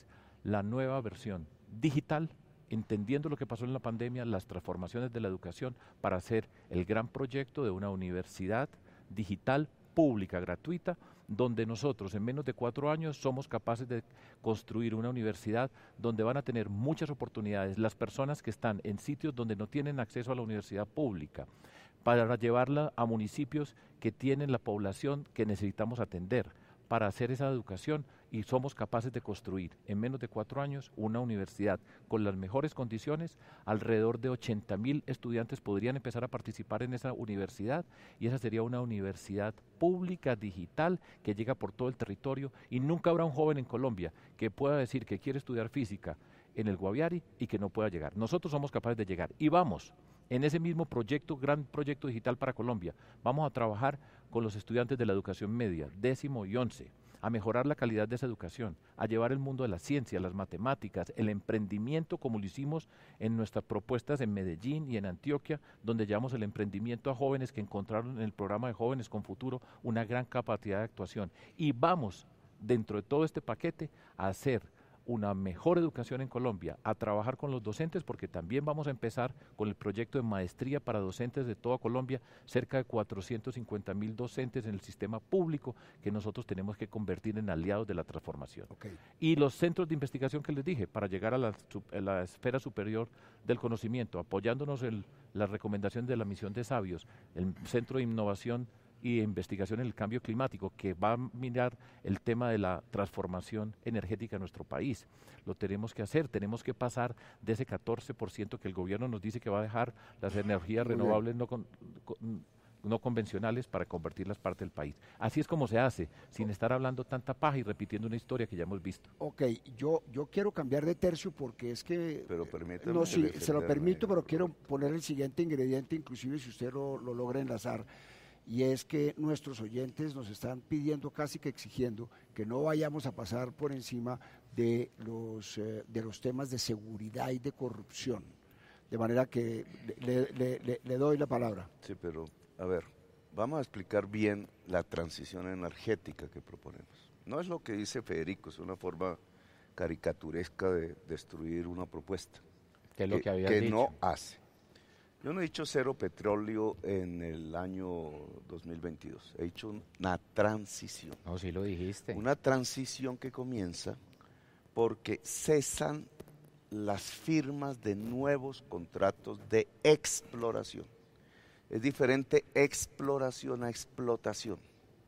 la nueva versión digital, entendiendo lo que pasó en la pandemia, las transformaciones de la educación, para hacer el gran proyecto de una universidad digital pública, gratuita, donde nosotros en menos de cuatro años somos capaces de construir una universidad donde van a tener muchas oportunidades las personas que están en sitios donde no tienen acceso a la universidad pública, para llevarla a municipios que tienen la población que necesitamos atender, para hacer esa educación, y somos capaces de construir en menos de cuatro años una universidad con las mejores condiciones. Alrededor de ochenta mil estudiantes podrían empezar a participar en esa universidad, y esa sería una universidad pública digital que llega por todo el territorio, y nunca habrá un joven en Colombia que pueda decir que quiere estudiar física en el Guaviare y que no pueda llegar. Nosotros somos capaces de llegar, y vamos en ese mismo proyecto, gran proyecto digital para Colombia. Vamos a trabajar con los estudiantes de la educación media, décimo y once, a mejorar la calidad de esa educación, a llevar el mundo de la ciencia, las matemáticas, el emprendimiento, como lo hicimos en nuestras propuestas en Medellín y en Antioquia, donde llevamos el emprendimiento a jóvenes que encontraron en el programa de Jóvenes con Futuro una gran capacidad de actuación. Y vamos, dentro de todo este paquete, a hacer una mejor educación en Colombia, a trabajar con los docentes, porque también vamos a empezar con el proyecto de maestría para docentes de toda Colombia, cerca de cuatrocientos cincuenta mil docentes en el sistema público que nosotros tenemos que convertir en aliados de la transformación. Okay. Y los centros de investigación que les dije, para llegar a la, a la esfera superior del conocimiento, apoyándonos en las recomendaciones de la misión de Sabios, el Centro de Innovación y investigación en el cambio climático, que va a mirar el tema de la transformación energética en nuestro país. Lo tenemos que hacer, tenemos que pasar de ese catorce por ciento que el gobierno nos dice que va a dejar las energías Muy renovables no, con, con, no convencionales para convertirlas parte del país. Así es como se hace, sin estar hablando tanta paja y repitiendo una historia que ya hemos visto. Ok, yo, yo quiero cambiar de tercio porque es que... Pero permítame. No, sí, se lo permito, pero quiero poner el siguiente ingrediente, inclusive si usted lo, lo logra enlazar. Y es que nuestros oyentes nos están pidiendo, casi que exigiendo, que no vayamos a pasar por encima de los, eh, de los temas de seguridad y de corrupción. De manera que le, le, le, le doy la palabra. Sí, pero a ver, vamos a explicar bien la transición energética que proponemos. No es lo que dice Federico, es una forma caricaturesca de destruir una propuesta. ¿Qué es lo que, que había que dicho? no hace. Yo no he dicho cero petróleo en el año dos mil veintidós, he dicho una transición. No, sí lo dijiste. Una transición que comienza porque cesan las firmas de nuevos contratos de exploración. Es diferente exploración a explotación.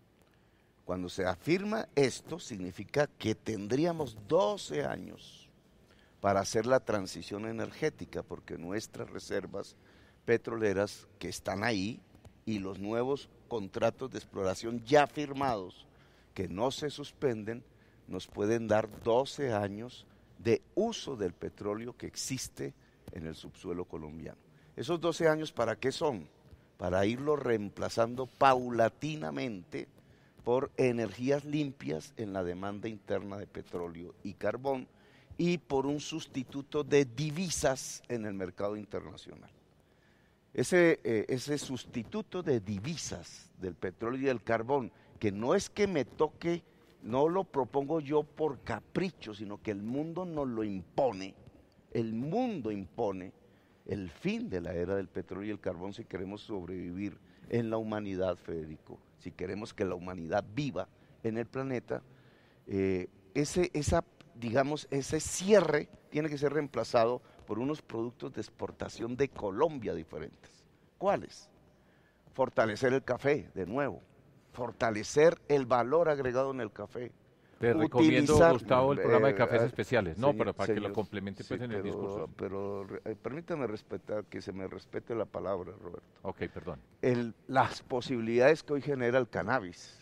Cuando se afirma esto, significa que tendríamos doce años para hacer la transición energética, porque nuestras reservas petroleras que están ahí y los nuevos contratos de exploración ya firmados que no se suspenden nos pueden dar doce años de uso del petróleo que existe en el subsuelo colombiano. ¿Esos doce años para qué son? Para irlo reemplazando paulatinamente por energías limpias en la demanda interna de petróleo y carbón y por un sustituto de divisas en el mercado internacional. Ese, eh, ese sustituto de divisas del petróleo y del carbón, que no es que me toque, no lo propongo yo por capricho, sino que el mundo nos lo impone, el mundo impone el fin de la era del petróleo y el carbón si queremos sobrevivir en la humanidad, Federico, si queremos que la humanidad viva en el planeta, eh, ese, esa, digamos, ese cierre tiene que ser reemplazado por unos productos de exportación de Colombia diferentes. ¿Cuáles? Fortalecer el café, de nuevo, fortalecer el valor agregado en el café. Te recomiendo, Gustavo, el programa de cafés eh, especiales. No, señor, pero para señor, que lo complemente pues, sí, en el pero, discurso. Pero eh, permítame respetar, que se me respete la palabra, Roberto. Ok, perdón. El, las posibilidades que hoy genera el cannabis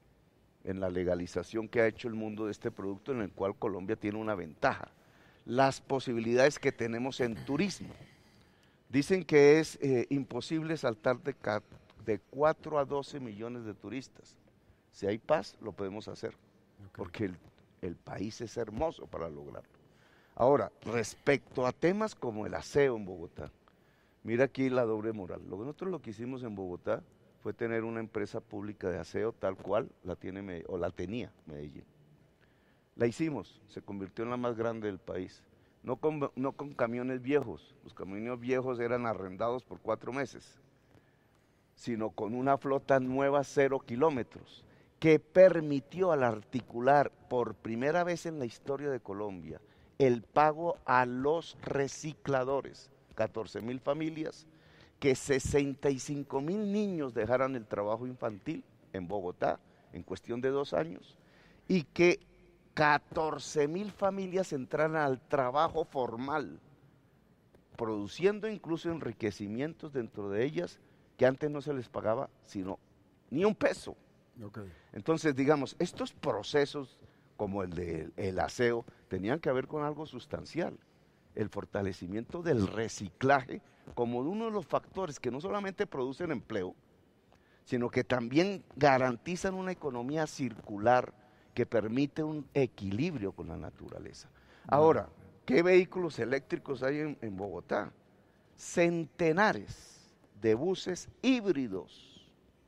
en la legalización que ha hecho el mundo de este producto, en el cual Colombia tiene una ventaja. Las posibilidades que tenemos en turismo. Dicen que es eh, imposible saltar de, de cuatro a doce millones de turistas. Si hay paz, lo podemos hacer, okay, porque el, el país es hermoso para lograrlo. Ahora, respecto a temas como el aseo en Bogotá, mira aquí la doble moral. Lo que nosotros lo que hicimos en Bogotá fue tener una empresa pública de aseo tal cual la tiene o la tenía Medellín. La hicimos, se convirtió en la más grande del país. No con, no con camiones viejos, los camiones viejos eran arrendados por cuatro meses, sino con una flota nueva cero kilómetros, que permitió al articular por primera vez en la historia de Colombia el pago a los recicladores, catorce mil familias, que sesenta y cinco mil niños dejaran el trabajo infantil en Bogotá en cuestión de dos años, y que catorce mil familias entraran al trabajo formal, produciendo incluso enriquecimientos dentro de ellas que antes no se les pagaba sino ni un peso. Okay. Entonces, digamos, estos procesos como el del aseo tenían que ver con algo sustancial, el fortalecimiento del reciclaje como uno de los factores que no solamente producen empleo, sino que también garantizan una economía circular que permite un equilibrio con la naturaleza. Ahora, ¿qué vehículos eléctricos hay en, en Bogotá? Centenares de buses híbridos.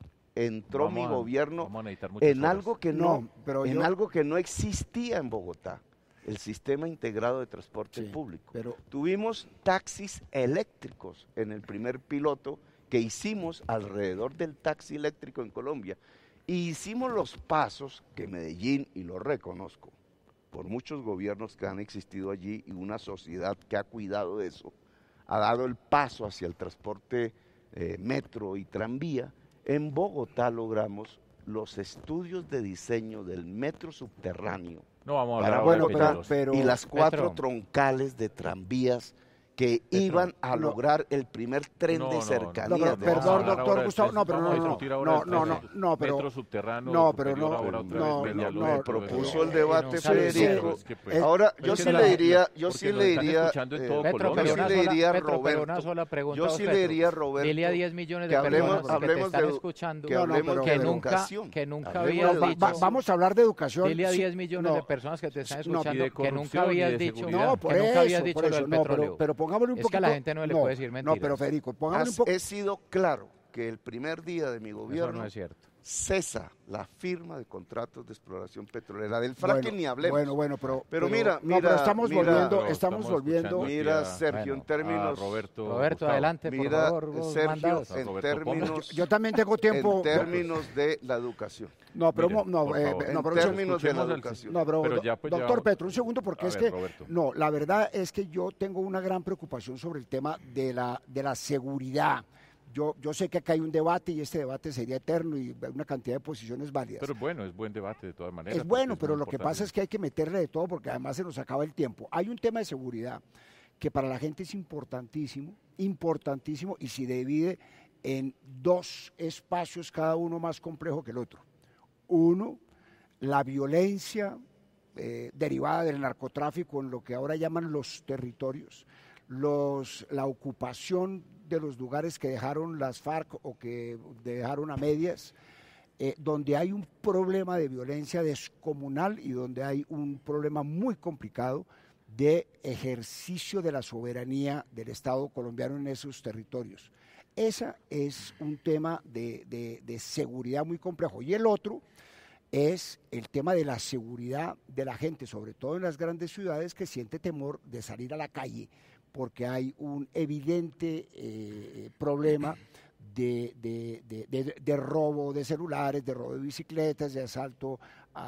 Entró Vamos mi a- gobierno vamos a necesitar muchas en horas. algo que no, No, pero en yo- algo que no existía en Bogotá, el sistema integrado de transporte Sí, público. pero- Tuvimos taxis eléctricos en el primer piloto que hicimos alrededor del taxi eléctrico en Colombia. Y hicimos los pasos que Medellín, y lo reconozco, por muchos gobiernos que han existido allí y una sociedad que ha cuidado de eso, ha dado el paso hacia el transporte eh, metro y tranvía. En Bogotá logramos los estudios de diseño del metro subterráneo No vamos a para hablar ahora bueno, de Bogotá Peñalos. pero- y las cuatro Petro. troncales de tranvías que iban a no. lograr el primer tren No, de no, cercanía. No, pero de perdón, Bogotá. hablar doctor ahora de Gustavo, tres- no, pero vamos a no, no, discutir no, ahora no, el no, no, metro- no, pero, metro subterráneo, no, de pero superior, no, ahora otra no, vez no, Peñalol, no, Me otra vez propuso Petro. el debate, no, Federico. es que, pues, Ahora, es yo que sí la- le diría, yo porque sí nos le están diría, escuchando en eh, todo Petro, Colombia. pero yo una sí le sola- diría a Petro, pero Roberto, una sola pregunta, yo sí Petro. le diría a Roberto Dile a diez millones que de hablemos, personas que te hablemos están de, escuchando que No, no, hablemos pero- de que nunca, educación. que nunca Hablemos habías de va- dicho, va- vamos a hablar de educación. dile a sí, diez millones no, de personas que te están no, escuchando de que nunca corrupción y habías de dicho, seguridad. No, por que nunca eso, habías dicho por lo eso, del no, petróleo. pero, pero pongámosle un Es poquito. que a la gente no le puede decir No, mentiras. pero Federico, pongámosle un Has- poco. he sido claro que el primer día de mi Eso gobierno no es cierto. cesa la firma de contratos de exploración petrolera. Del fracking Bueno, ni hablemos. Bueno, bueno, pero. Pero mira, no, pero mira, estamos mira, volviendo, no, estamos estamos volviendo. escuchando Mira, aquí a- Sergio, bueno, en a términos... Roberto, Roberto, Gustavo. adelante, por Mira, favor, vos Sergio, mandados. en Roberto, términos, Yo también tengo tiempo. en términos de la educación. No, pero Mire, mo- no, por eh, favor. no, En pero un términos de la escuchemos al- educación. No, pero, Pero do- ya, pues, doctor llevamos- Petro, un segundo, porque A es ver, que, Roberto. no, la verdad es que yo tengo una gran preocupación sobre el tema de la, de la seguridad. Yo, yo sé que acá hay un debate y este debate sería eterno y una cantidad de posiciones válidas. Pero bueno, es buen debate de todas maneras. Es bueno, porque pero muy lo que importante. pasa es que hay que meterle de todo porque además se nos acaba el tiempo. Hay un tema de seguridad que para la gente es importantísimo, importantísimo y se divide en dos espacios, cada uno más complejo que el otro. Uno, la violencia eh, derivada del narcotráfico en lo que ahora llaman los territorios, los, la ocupación de los lugares que dejaron las FARC o que dejaron a medias, eh, donde hay un problema de violencia descomunal y donde hay un problema muy complicado de ejercicio de la soberanía del Estado colombiano en esos territorios. Ese es un tema de, de, de seguridad muy complejo. Y el otro es el tema de la seguridad de la gente, sobre todo en las grandes ciudades, que siente temor de salir a la calle porque hay un evidente eh, problema de, de, de, de, de robo de celulares, de robo de bicicletas, de asalto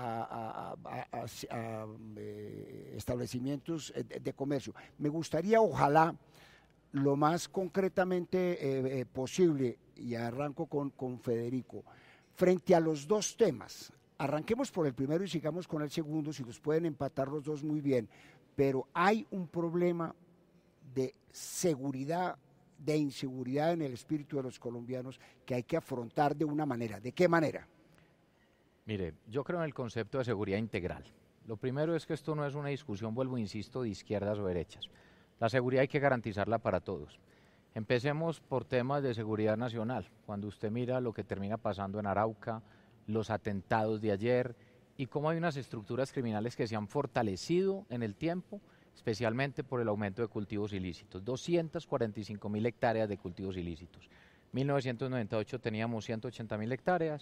a, a, a, a, a, a eh, establecimientos de, de comercio. Me gustaría, ojalá, lo más concretamente eh, eh, posible, y arranco con, con Federico, frente a los dos temas, arranquemos por el primero y sigamos con el segundo, si los pueden empatar los dos muy bien, pero hay un problema de seguridad, de inseguridad en el espíritu de los colombianos que hay que afrontar de una manera. ¿De qué manera? Mire, yo creo en el concepto de seguridad integral. Lo primero es que esto no es una discusión, vuelvo, insisto, de izquierdas o derechas. La seguridad hay que garantizarla para todos. Empecemos por temas de seguridad nacional. Cuando usted mira lo que termina pasando en Arauca, los atentados de ayer y cómo hay unas estructuras criminales que se han fortalecido en el tiempo, especialmente por el aumento de cultivos ilícitos. doscientas cuarenta y cinco mil hectáreas de cultivos ilícitos. En mil novecientos noventa y ocho teníamos ciento ochenta mil hectáreas,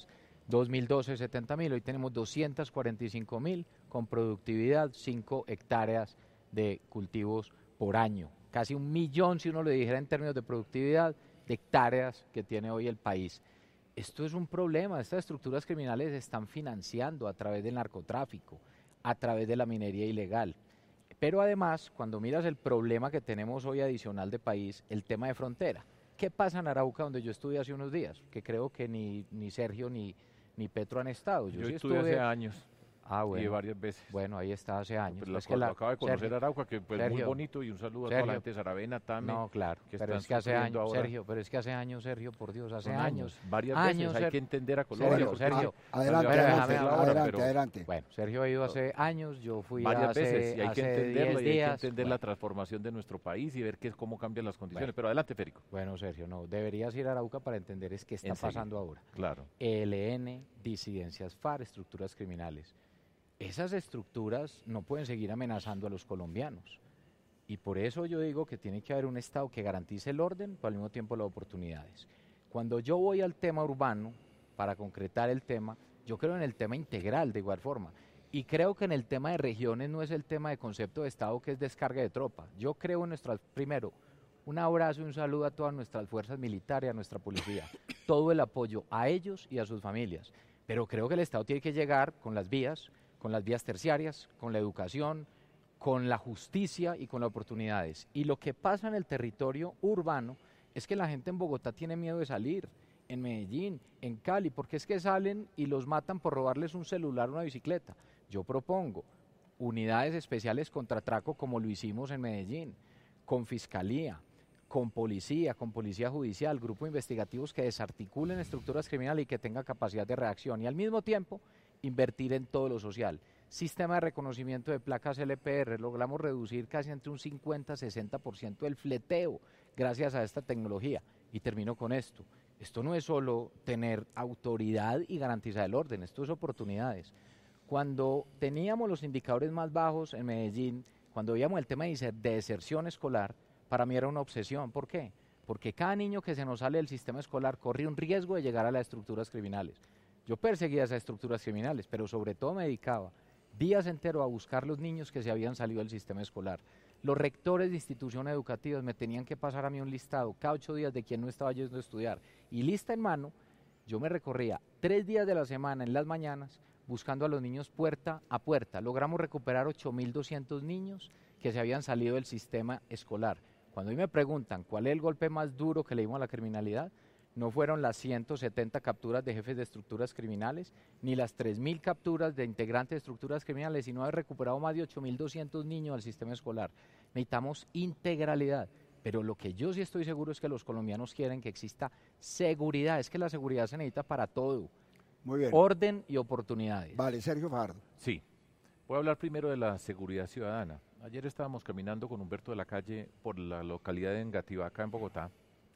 dos mil doce setenta mil, hoy tenemos doscientos cuarenta y cinco mil con productividad, cinco hectáreas de cultivos por año. Casi un millón, si uno lo dijera en términos de productividad, de hectáreas que tiene hoy el país. Esto es un problema, estas estructuras criminales se están financiando a través del narcotráfico, a través de la minería ilegal. Pero además, cuando miras el problema que tenemos hoy adicional de país, el tema de frontera. ¿Qué pasa en Arauca, donde yo estuve hace unos días? Que creo que ni, ni Sergio ni, ni Petro han estado. Yo, yo sí estuve, estuve hace años. Ah, bueno. Y varias veces. Bueno, ahí está hace años. Pero Es que la, acabo de conocer Sergio, Arauca, que pues Sergio, muy bonito, y un saludo Sergio, a toda la gente de Saravena, Tame. No, claro, que pero están es que hace sufriendo años, ahora. Sergio, pero es que hace años, Sergio, por Dios, hace Son años. Varias años, veces, hay Ser- que entender a Colombia. Sergio, porque- Sergio. Ah, adelante, Pero adelante, déjame hablar, adelante, pero- adelante. Bueno, Sergio ha ido hace años, yo fui varias hace, veces, y hay que hace entenderlo, diez y hay que días. entender Bueno, la transformación de nuestro país y ver qué, cómo cambian las condiciones. Bueno. Pero adelante, Férico. bueno, Sergio, no, deberías ir a Arauca para entender es qué está Enseguida. pasando ahora. Claro. E L N, disidencias F A R, estructuras criminales. Esas estructuras no pueden seguir amenazando a los colombianos. Y por eso yo digo que tiene que haber un Estado que garantice el orden, pero al mismo tiempo las oportunidades. Cuando yo voy al tema urbano, para concretar el tema, yo creo en el tema integral de igual forma. Y creo que en el tema de regiones no es el tema de concepto de Estado que es descarga de tropa. Yo creo en nuestras, primero, un abrazo y un saludo a todas nuestras fuerzas militares, a nuestra policía. Todo el apoyo a ellos y a sus familias. Pero creo que el Estado tiene que llegar con las vías, con las vías terciarias, con la educación, con la justicia y con las oportunidades. Y lo que pasa en el territorio urbano es que la gente en Bogotá tiene miedo de salir, en Medellín, en Cali, porque es que salen y los matan por robarles un celular o una bicicleta. Yo propongo unidades especiales contra atraco como lo hicimos en Medellín, con fiscalía, con policía, con policía judicial, grupos investigativos que desarticulen estructuras criminales y que tengan capacidad de reacción. Y al mismo tiempo invertir en todo lo social. Sistema de reconocimiento de placas L P R, logramos reducir casi entre un cincuenta a sesenta por ciento del fleteo gracias a esta tecnología. Y termino con esto. Esto no es solo tener autoridad y garantizar el orden, esto es oportunidades. Cuando teníamos los indicadores más bajos en Medellín, cuando veíamos el tema de deserción escolar, para mí era una obsesión. ¿Por qué? Porque cada niño que se nos sale del sistema escolar corre un riesgo de llegar a las estructuras criminales. Yo perseguía esas estructuras criminales, pero sobre todo me dedicaba días enteros a buscar los niños que se habían salido del sistema escolar. Los rectores de instituciones educativas me tenían que pasar a mí un listado cada ocho días de quién no estaba yendo a estudiar. Y lista en mano, yo me recorría tres días de la semana en las mañanas buscando a los niños puerta a puerta. Logramos recuperar ocho mil doscientos niños que se habían salido del sistema escolar. Cuando a mí me preguntan cuál es el golpe más duro que le dimos a la criminalidad, no fueron las ciento setenta capturas de jefes de estructuras criminales, ni las tres mil capturas de integrantes de estructuras criminales, sino haber recuperado más de ocho mil doscientos niños al sistema escolar. Necesitamos integralidad, pero lo que yo sí estoy seguro es que los colombianos quieren que exista seguridad, es que la seguridad se necesita para todo. Muy bien. Orden y oportunidades. Vale, Sergio Fajardo. Sí. Voy a hablar primero de la seguridad ciudadana. Ayer estábamos caminando con Humberto de la Calle por la localidad de Engativá, acá en Bogotá,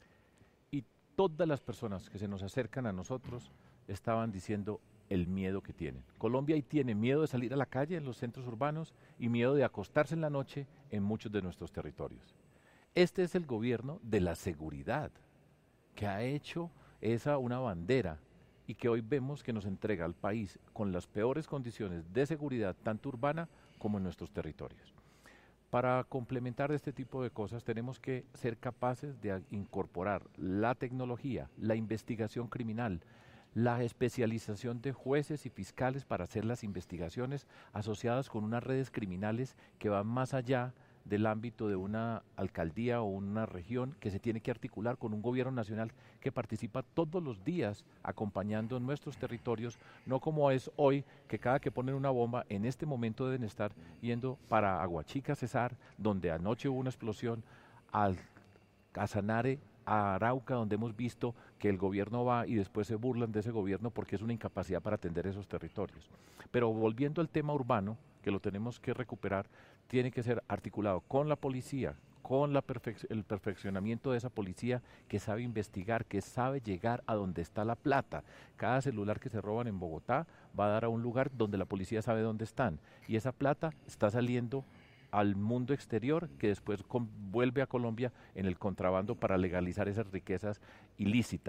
y todas las personas que se nos acercan a nosotros estaban diciendo el miedo que tienen. Colombia ahí tiene miedo de salir a la calle en los centros urbanos y miedo de acostarse en la noche en muchos de nuestros territorios. Este es el gobierno de la seguridad, que ha hecho esa una bandera y que hoy vemos que nos entrega al país con las peores condiciones de seguridad, tanto urbana como en nuestros territorios. Para complementar este tipo de cosas tenemos que ser capaces de incorporar la tecnología, la investigación criminal, la especialización de jueces y fiscales para hacer las investigaciones asociadas con unas redes criminales que van más allá del ámbito de una alcaldía o una región, que se tiene que articular con un gobierno nacional que participa todos los días acompañando nuestros territorios, no como es hoy, que cada que ponen una bomba, en este momento deben estar yendo para Aguachica, Cesar, donde anoche hubo una explosión, al Casanare, a Arauca, donde hemos visto que el gobierno va y después se burlan de ese gobierno porque es una incapacidad para atender esos territorios. Pero volviendo al tema urbano, que lo tenemos que recuperar, tiene que ser articulado con la policía, con la perfec- el perfeccionamiento de esa policía que sabe investigar, que sabe llegar a donde está la plata. Cada celular que se roban en Bogotá va a dar a un lugar donde la policía sabe dónde están, y esa plata está saliendo al mundo exterior, que después con, vuelve a Colombia en el contrabando para legalizar esas riquezas ilícitas.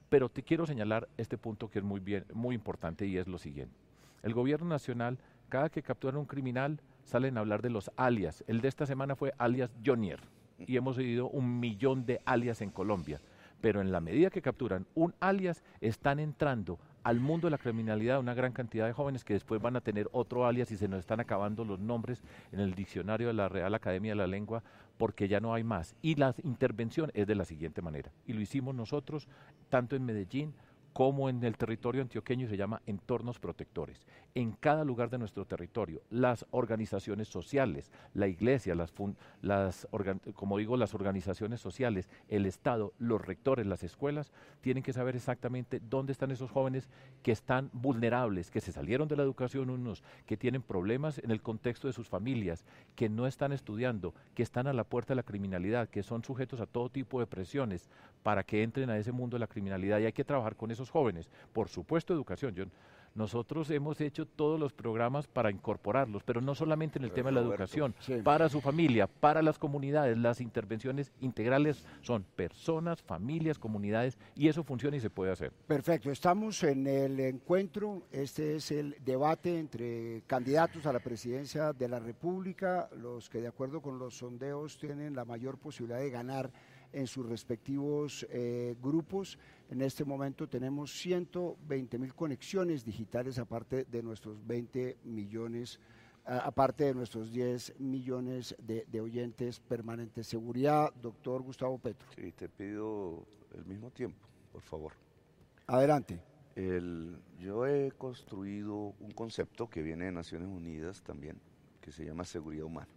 Pero te quiero señalar este punto que es muy, bien, muy importante y es lo siguiente. El gobierno nacional, cada que capturan un criminal, salen a hablar de los alias. El de esta semana fue alias Jonier y hemos oído un millón de alias en Colombia. Pero en la medida que capturan un alias, están entrando al mundo de la criminalidad una gran cantidad de jóvenes que después van a tener otro alias y se nos están acabando los nombres en el diccionario de la Real Academia de la Lengua porque ya no hay más. Y la intervención es de la siguiente manera, y lo hicimos nosotros tanto en Medellín como en el territorio antioqueño, se llama entornos protectores. En cada lugar de nuestro territorio, las organizaciones sociales, la iglesia, las, las como digo, las organizaciones sociales, el Estado, los rectores, las escuelas, tienen que saber exactamente dónde están esos jóvenes que están vulnerables, que se salieron de la educación unos, que tienen problemas en el contexto de sus familias, que no están estudiando, que están a la puerta de la criminalidad, que son sujetos a todo tipo de presiones para que entren a ese mundo de la criminalidad, y hay que trabajar con esos jóvenes. Por supuesto, educación. Yo, nosotros hemos hecho todos los programas para incorporarlos, pero no solamente en el pero tema de la Roberto, educación, sí. Para su familia, para las comunidades. Las intervenciones integrales son personas, familias, comunidades, y eso funciona y se puede hacer. Perfecto, estamos en el encuentro. Este es el debate entre candidatos a la presidencia de la República, los que de acuerdo con los sondeos tienen la mayor posibilidad de ganar en sus respectivos eh, grupos. En este momento tenemos ciento veinte mil conexiones digitales, aparte de nuestros veinte millones, a, aparte de nuestros diez millones de, de oyentes permanentes. Seguridad, doctor Gustavo Petro. Sí, te pido el mismo tiempo, por favor. Adelante. El, yo he construido un concepto que viene de Naciones Unidas también, que se llama seguridad humana.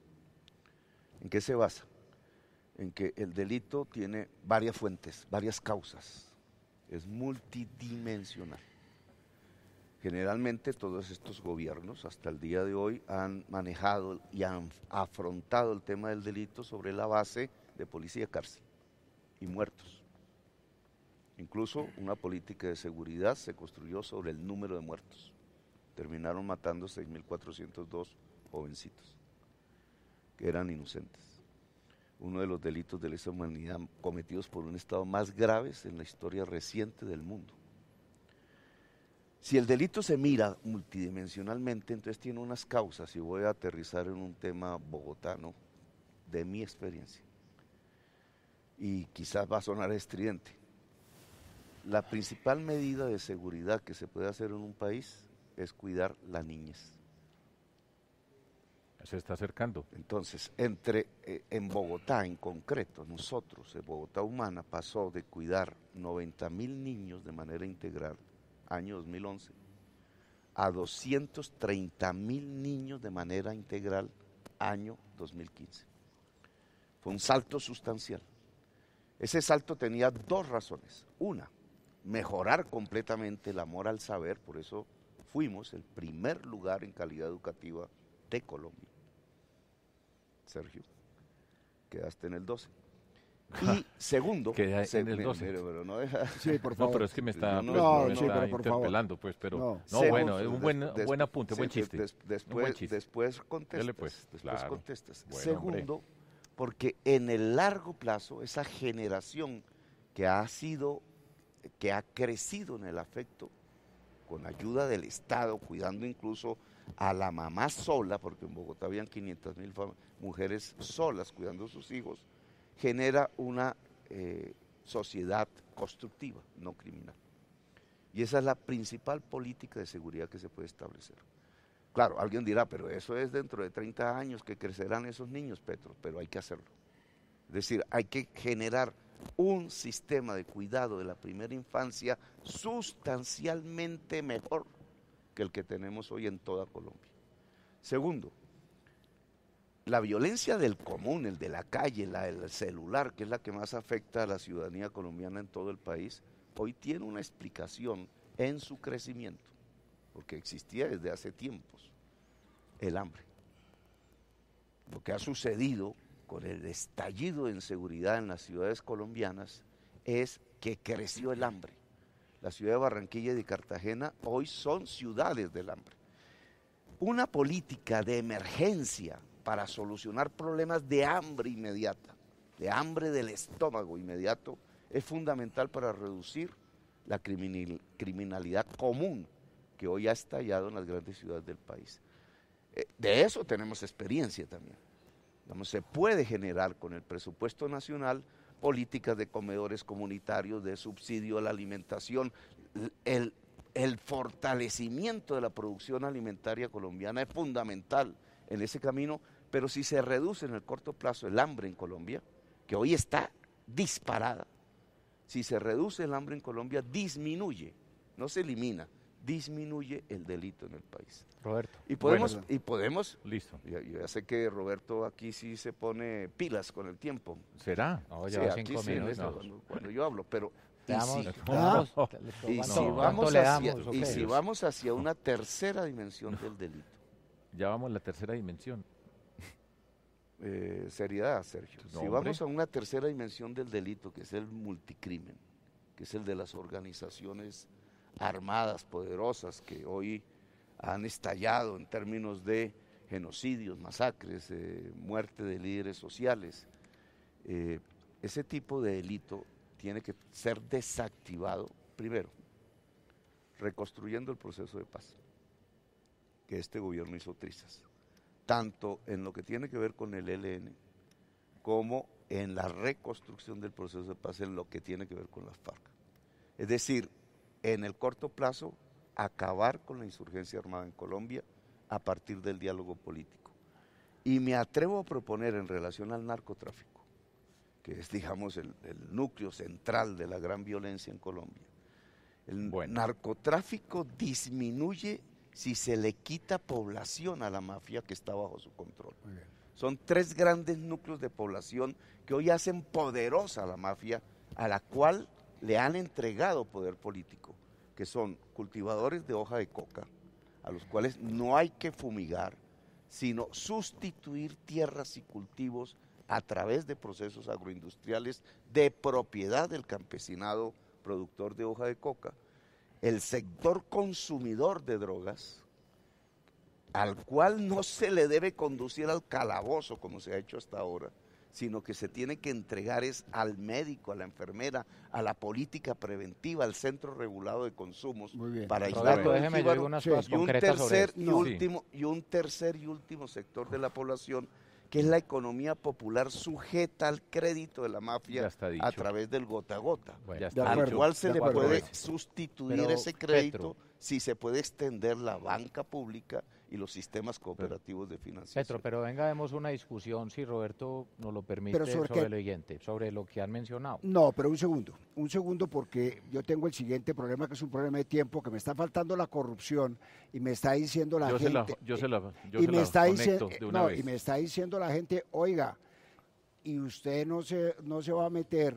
¿En qué se basa? En que el delito tiene varias fuentes, varias causas, es multidimensional. Generalmente todos estos gobiernos hasta el día de hoy han manejado y han afrontado el tema del delito sobre la base de policía, cárcel y muertos. Incluso una política de seguridad se construyó sobre el número de muertos. Terminaron matando seis mil cuatrocientos dos jovencitos que eran inocentes. Uno de los delitos de lesa humanidad cometidos por un Estado más graves en la historia reciente del mundo. Si el delito se mira multidimensionalmente, entonces tiene unas causas, y voy a aterrizar en un tema bogotano de mi experiencia, y quizás va a sonar estridente. La principal medida de seguridad que se puede hacer en un país es cuidar la niñez. Se está acercando. Entonces, entre eh, en Bogotá en concreto, nosotros, en Bogotá Humana, pasó de cuidar noventa mil niños de manera integral, año dos mil once, a doscientos treinta mil niños de manera integral, año dos mil quince. Fue un salto sustancial. Ese salto tenía dos razones. Una, mejorar completamente el amor al saber, por eso fuimos el primer lugar en calidad educativa de Colombia. Sergio, quedaste en el doce. Y segundo, queda se, en el doce. Mire, pero no, deja, sí, por favor. No, pero es que me está, no, pues, no, me no, está sí, pero interpelando, pues, pero no, no, Segundo, bueno, es un buen, des, buen apunte, sí, buen chiste. Des, después, buen chiste. después contestas, pues, después claro. contestas. Bueno, Segundo, hombre. porque en el largo plazo esa generación que ha sido, que ha crecido en el afecto, con ayuda del Estado, cuidando incluso a la mamá sola, porque en Bogotá habían quinientas mil mujeres solas cuidando a sus hijos, genera una eh, sociedad constructiva, no criminal. Y esa es la principal política de seguridad que se puede establecer. Claro, alguien dirá, pero eso es dentro de treinta años que crecerán esos niños, Petro, pero hay que hacerlo. Es decir, hay que generar un sistema de cuidado de la primera infancia sustancialmente mejor que el que tenemos hoy en toda Colombia. Segundo, la violencia del común, el de la calle, la del celular, que es la que más afecta a la ciudadanía colombiana en todo el país, hoy tiene una explicación en su crecimiento, porque existía desde hace tiempos el hambre. Lo que ha sucedido con el estallido de inseguridad en las ciudades colombianas es que creció el hambre. La ciudad de Barranquilla y de Cartagena hoy son ciudades del hambre. Una política de emergencia para solucionar problemas de hambre inmediata, de hambre del estómago inmediato, es fundamental para reducir la criminal, criminalidad común que hoy ha estallado en las grandes ciudades del país. Eh, de eso tenemos experiencia también. Digamos, se puede generar con el presupuesto nacional políticas de comedores comunitarios, de subsidio a la alimentación. El, el fortalecimiento de la producción alimentaria colombiana es fundamental en ese camino, pero si se reduce en el corto plazo el hambre en Colombia, que hoy está disparada, si se reduce el hambre en Colombia, disminuye, no se elimina, disminuye el delito en el país. Roberto. Y podemos, Bueno, y podemos, listo. ya, ya sé que Roberto aquí sí se pone pilas con el tiempo. ¿Será? No, Sí, ya aquí cinco sí, en minutos. eso, cuando, cuando yo hablo, pero Le y damos- si, vamos- No. y ¿cuánto- si cuánto vamos le hacia, damos? y Ok. si vamos hacia una tercera dimensión del delito, Ya vamos a la tercera dimensión. eh, seriedad, Sergio, No, si hombre. vamos a una tercera dimensión del delito, que es el multicrimen, que es el de las organizaciones armadas, poderosas, que hoy han estallado en términos de genocidios, masacres, eh, muerte de líderes sociales, eh, ese tipo de delito tiene que ser desactivado, primero, reconstruyendo el proceso de paz, que este gobierno hizo trizas, tanto en lo que tiene que ver con el E L N, como en la reconstrucción del proceso de paz en lo que tiene que ver con las FARC. Es decir, en el corto plazo, acabar con la insurgencia armada en Colombia a partir del diálogo político. Y me atrevo a proponer en relación al narcotráfico, que es, digamos, el, el núcleo central de la gran violencia en Colombia. El Bueno. narcotráfico disminuye si se le quita población a la mafia que está bajo su control. Muy bien. Son tres grandes núcleos de población que hoy hacen poderosa a la mafia, a la cual le han entregado poder político, que son cultivadores de hoja de coca, a los cuales no hay que fumigar, sino sustituir tierras y cultivos a través de procesos agroindustriales de propiedad del campesinado productor de hoja de coca, el sector consumidor de drogas, al cual no se le debe conducir al calabozo como se ha hecho hasta ahora, sino que se tiene que entregar es al médico, a la enfermera, a la política preventiva, al centro regulado de consumos, Muy bien. para Roberto, aislar al déjeme, yo jíbaro. digo unas Sí. cosas Y un concretas sobre tercer esto. y No. último y un tercer y último sector de la población, que es la economía popular sujeta al crédito de la Ya mafia está dicho. a través del gota a gota, Bueno, Ya De está al acuerdo, dicho. cual se de le acuerdo. puede Correcto. sustituir Pero, ese crédito Petro. si se puede extender la banca pública y los sistemas cooperativos de financiación. Petro, pero venga, demos una discusión, si Roberto nos lo permite, Pero ¿sobre sobre qué? lo siguiente, sobre lo que han mencionado. No, pero un segundo, un segundo porque yo tengo el siguiente problema que es un problema de tiempo, que me está faltando la corrupción y me está diciendo la Yo se la, gente... yo se la, yo y se me la está conecto diciendo de una no, vez. y me está diciendo la gente, oiga, y usted no se no se va a meter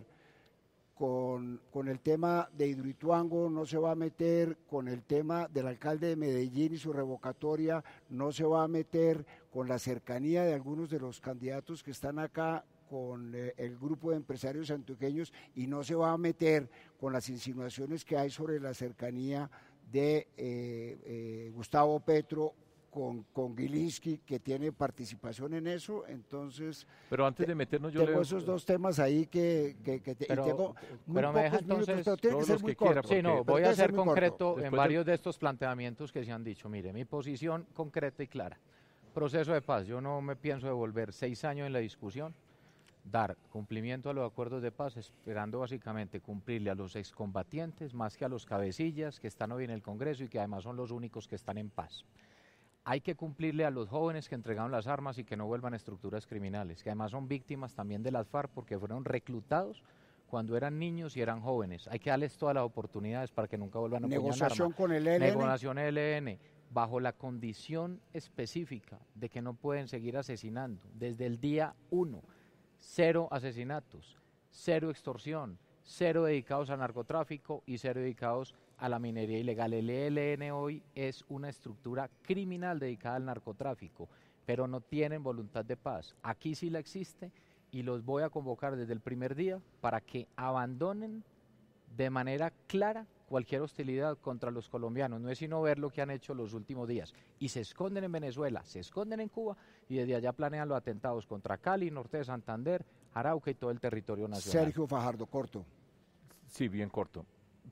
con, con el tema de Hidroituango, no se va a meter con el tema del alcalde de Medellín y su revocatoria, no se va a meter con la cercanía de algunos de los candidatos que están acá con eh, el grupo de empresarios antioqueños y no se va a meter con las insinuaciones que hay sobre la cercanía de eh, eh, Gustavo Petro con, con Gilinski, que tiene participación en eso, entonces Pero antes de meternos yo tengo le... esos dos temas ahí que, que, que te- Pero- y tengo muy pero me deja pocos minutos, entonces pero tiene que todos ser los muy que quiera, corto. Sí, no, porque- pero voy tiene a que ser ser muy corto. concreto en Después de- varios de estos planteamientos que se han dicho. Mire, mi posición concreta y clara. Proceso de paz. Yo no me pienso devolver seis años en la discusión, dar cumplimiento a los acuerdos de paz, esperando básicamente cumplirle a los excombatientes más que a los cabecillas que están hoy en el Congreso y que además son los únicos que están en paz. Hay que cumplirle a los jóvenes que entregaron las armas y que no vuelvan a estructuras criminales, que además son víctimas también de las FARC porque fueron reclutados cuando eran niños y eran jóvenes. Hay que darles todas las oportunidades para que nunca vuelvan a poner Negociación arma. con el E L N. Negociación E L N, bajo la condición específica de que no pueden seguir asesinando. Desde el día uno, cero asesinatos, cero extorsión, cero dedicados al narcotráfico y cero dedicados a la minería ilegal. El E L N hoy es una estructura criminal dedicada al narcotráfico, pero no tienen voluntad de paz. Aquí sí la existe y los voy a convocar desde el primer día para que abandonen de manera clara cualquier hostilidad contra los colombianos. No es sino ver lo que han hecho los últimos días. Y se esconden en Venezuela, se esconden en Cuba y desde allá planean los atentados contra Cali, Norte de Santander, Arauca y todo el territorio nacional. Sergio Fajardo, corto. Sí, bien corto.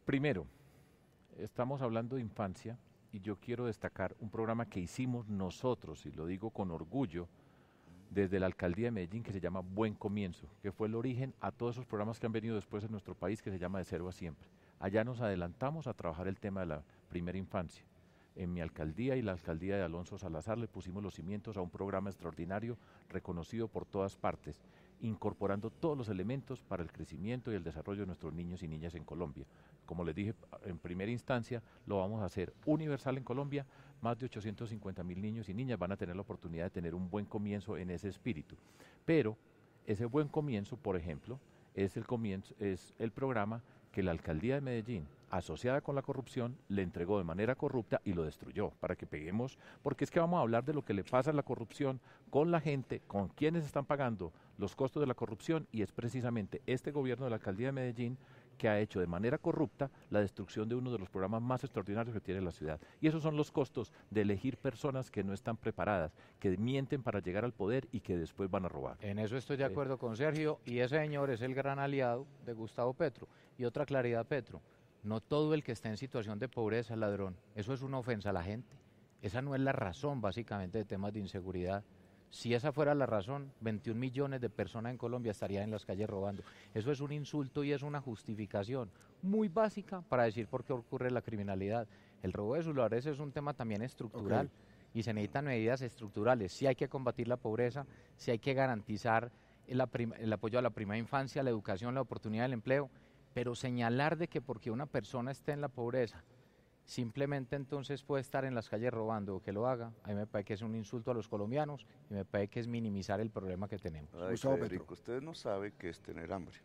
Primero, estamos hablando de infancia y yo quiero destacar un programa que hicimos nosotros, y lo digo con orgullo, desde la Alcaldía de Medellín, que se llama Buen Comienzo, que fue el origen a todos esos programas que han venido después en nuestro país, que se llama De Cero a Siempre. Allá nos adelantamos a trabajar el tema de la primera infancia. En mi alcaldía y la alcaldía de Alonso Salazar le pusimos los cimientos a un programa extraordinario reconocido por todas partes, incorporando todos los elementos para el crecimiento y el desarrollo de nuestros niños y niñas en Colombia. Como les dije en primera instancia, lo vamos a hacer universal en Colombia. Más de ochocientos cincuenta mil niños y niñas van a tener la oportunidad de tener un buen comienzo en ese espíritu. Pero ese buen comienzo, por ejemplo, es el, comienzo, es el programa que la alcaldía de Medellín, asociada con la corrupción, le entregó de manera corrupta y lo destruyó, para que peguemos, porque es que vamos a hablar de lo que le pasa a la corrupción con la gente, con quienes están pagando los costos de la corrupción, y es precisamente este gobierno de la alcaldía de Medellín que ha hecho de manera corrupta la destrucción de uno de los programas más extraordinarios que tiene la ciudad. Y esos son los costos de elegir personas que no están preparadas, que mienten para llegar al poder y que después van a robar. En eso estoy de acuerdo con Sergio, y ese señor es el gran aliado de Gustavo Petro. Y otra claridad, Petro, no todo el que está en situación de pobreza es ladrón. Eso es una ofensa a la gente. Esa no es la razón, básicamente, de temas de inseguridad. Si esa fuera la razón, veintiún millones de personas en Colombia estarían en las calles robando. Eso es un insulto y es una justificación muy básica para decir por qué ocurre la criminalidad. El robo de celulares es un tema también estructural, okay, y se necesitan medidas estructurales. Sí hay que combatir la pobreza, sí hay que garantizar el, el apoyo a la primera infancia, la educación, la oportunidad del empleo, pero señalar de que porque una persona esté en la pobreza, simplemente entonces puede estar en las calles robando o que lo haga, a mí me parece que es un insulto a los colombianos y me parece que es minimizar el problema que tenemos. Ay, Federico, usted no sabe qué es tener hambre.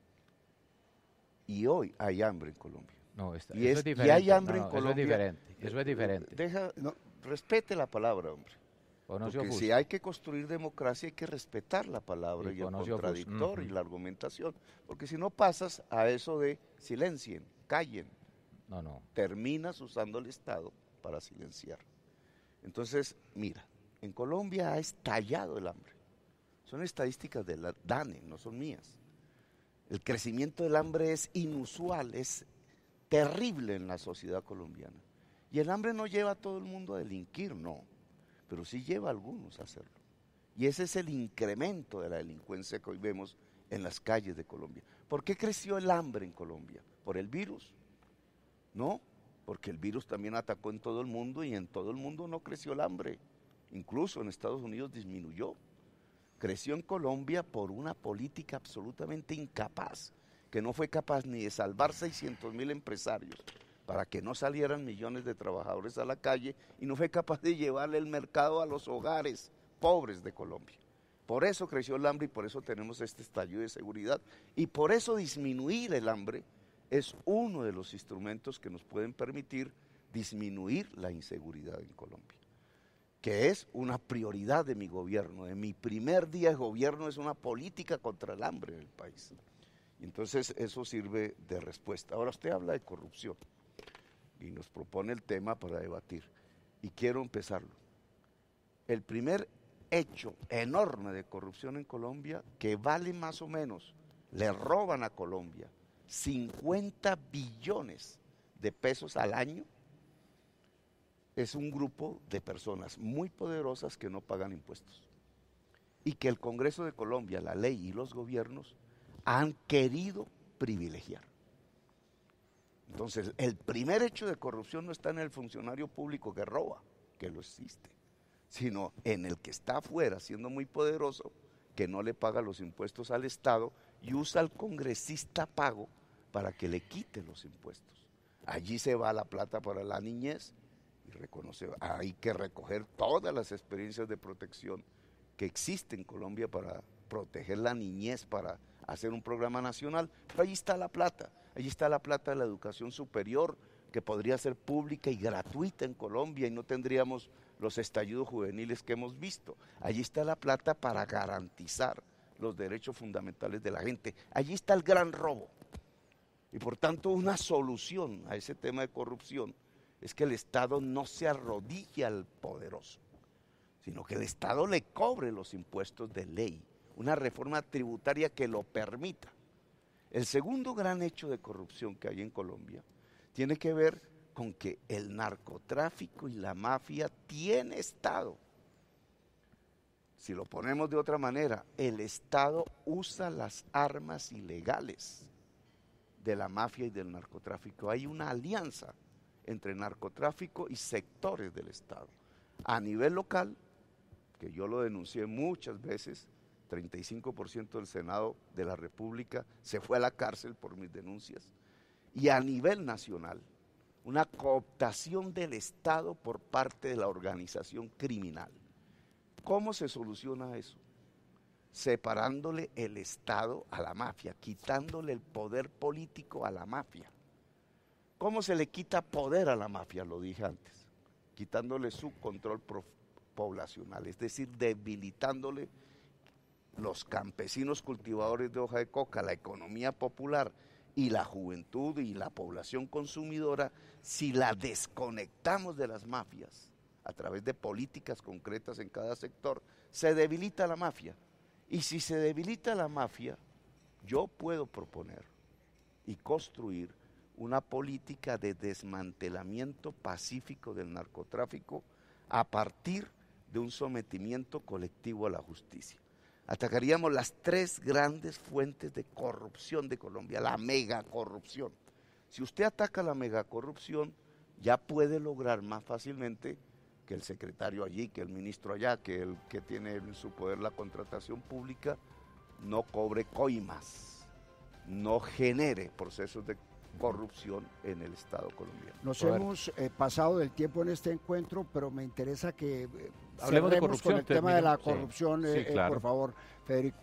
Y hoy hay hambre en Colombia. No, está, y, eso es, es diferente. y hay hambre no, no, en Colombia. Eso es diferente. Eso es diferente. Deja, no, respete la palabra, hombre. Porque si hay que construir democracia hay que respetar la palabra y, y el contradictor uh-huh. y la argumentación. Porque si no pasas a eso de silencien, callen. No, no. Terminas usando el Estado para silenciar. Entonces, mira, en Colombia ha estallado el hambre. Son estadísticas de la DANE, no son mías. El crecimiento del hambre es inusual, es terrible en la sociedad colombiana. Y el hambre no lleva a todo el mundo a delinquir, no, pero sí lleva a algunos a hacerlo. Y ese es el incremento de la delincuencia que hoy vemos en las calles de Colombia. ¿Por qué creció el hambre en Colombia? ¿Por el virus? No, porque el virus también atacó en todo el mundo y en todo el mundo no creció el hambre. Incluso en Estados Unidos disminuyó. Creció en Colombia por una política absolutamente incapaz, que no fue capaz ni de salvar seiscientos mil empresarios para que no salieran millones de trabajadores a la calle, y no fue capaz de llevarle el mercado a los hogares pobres de Colombia. Por eso creció el hambre y por eso tenemos este estallido de seguridad, y por eso disminuir el hambre es uno de los instrumentos que nos pueden permitir disminuir la inseguridad en Colombia, que es una prioridad de mi gobierno. De mi primer día de gobierno es una política contra el hambre en el país. Y entonces eso sirve de respuesta. Ahora usted habla de corrupción y nos propone el tema para debatir. Y quiero empezarlo. El primer hecho enorme de corrupción en Colombia, que vale más o menos, le roban a Colombia cincuenta billones de pesos al año, es un grupo de personas muy poderosas que no pagan impuestos y que el Congreso de Colombia, la ley y los gobiernos han querido privilegiar. Entonces, el primer hecho de corrupción no está en el funcionario público que roba, que lo existe, sino en el que está afuera, siendo muy poderoso, que no le paga los impuestos al Estado y usa al congresista pago para que le quite los impuestos. Allí se va la plata para la niñez, y reconoce, hay que recoger todas las experiencias de protección que existen en Colombia para proteger la niñez, para hacer un programa nacional, pero allí está la plata, allí está la plata de la educación superior, que podría ser pública y gratuita en Colombia y no tendríamos los estallidos juveniles que hemos visto. Allí está la plata para garantizar los derechos fundamentales de la gente, allí está el gran robo. Y por tanto una solución a ese tema de corrupción es que el Estado no se arrodille al poderoso, sino que el Estado le cobre los impuestos de ley, una reforma tributaria que lo permita. El segundo gran hecho de corrupción que hay en Colombia tiene que ver con que el narcotráfico y la mafia tiene Estado. Si lo ponemos de otra manera, el Estado usa las armas ilegales de la mafia y del narcotráfico. Hay una alianza entre narcotráfico y sectores del Estado. A nivel local, que yo lo denuncié muchas veces, treinta y cinco por ciento del Senado de la República se fue a la cárcel por mis denuncias. Y a nivel nacional, una cooptación del Estado por parte de la organización criminal. ¿Cómo se soluciona eso? Separándole el Estado a la mafia, quitándole el poder político a la mafia. ¿Cómo se le quita poder a la mafia? Lo dije antes, quitándole su control poblacional, es decir, debilitándole los campesinos cultivadores de hoja de coca, la economía popular y la juventud y la población consumidora. Si la desconectamos de las mafias a través de políticas concretas en cada sector, se debilita la mafia. Y si se debilita la mafia, yo puedo proponer y construir una política de desmantelamiento pacífico del narcotráfico a partir de un sometimiento colectivo a la justicia. Atacaríamos las tres grandes fuentes de corrupción de Colombia, la megacorrupción. Si usted ataca la megacorrupción, ya puede lograr más fácilmente que el secretario allí, que el ministro allá, que el que tiene en su poder la contratación pública, no cobre coimas, no genere procesos de corrupción en el Estado colombiano. Nos hemos eh, pasado del tiempo en este encuentro, pero me interesa que eh, hablemos de corrupción, con el termino. tema de la Sí, corrupción, sí, eh, claro. eh, por favor, Federico.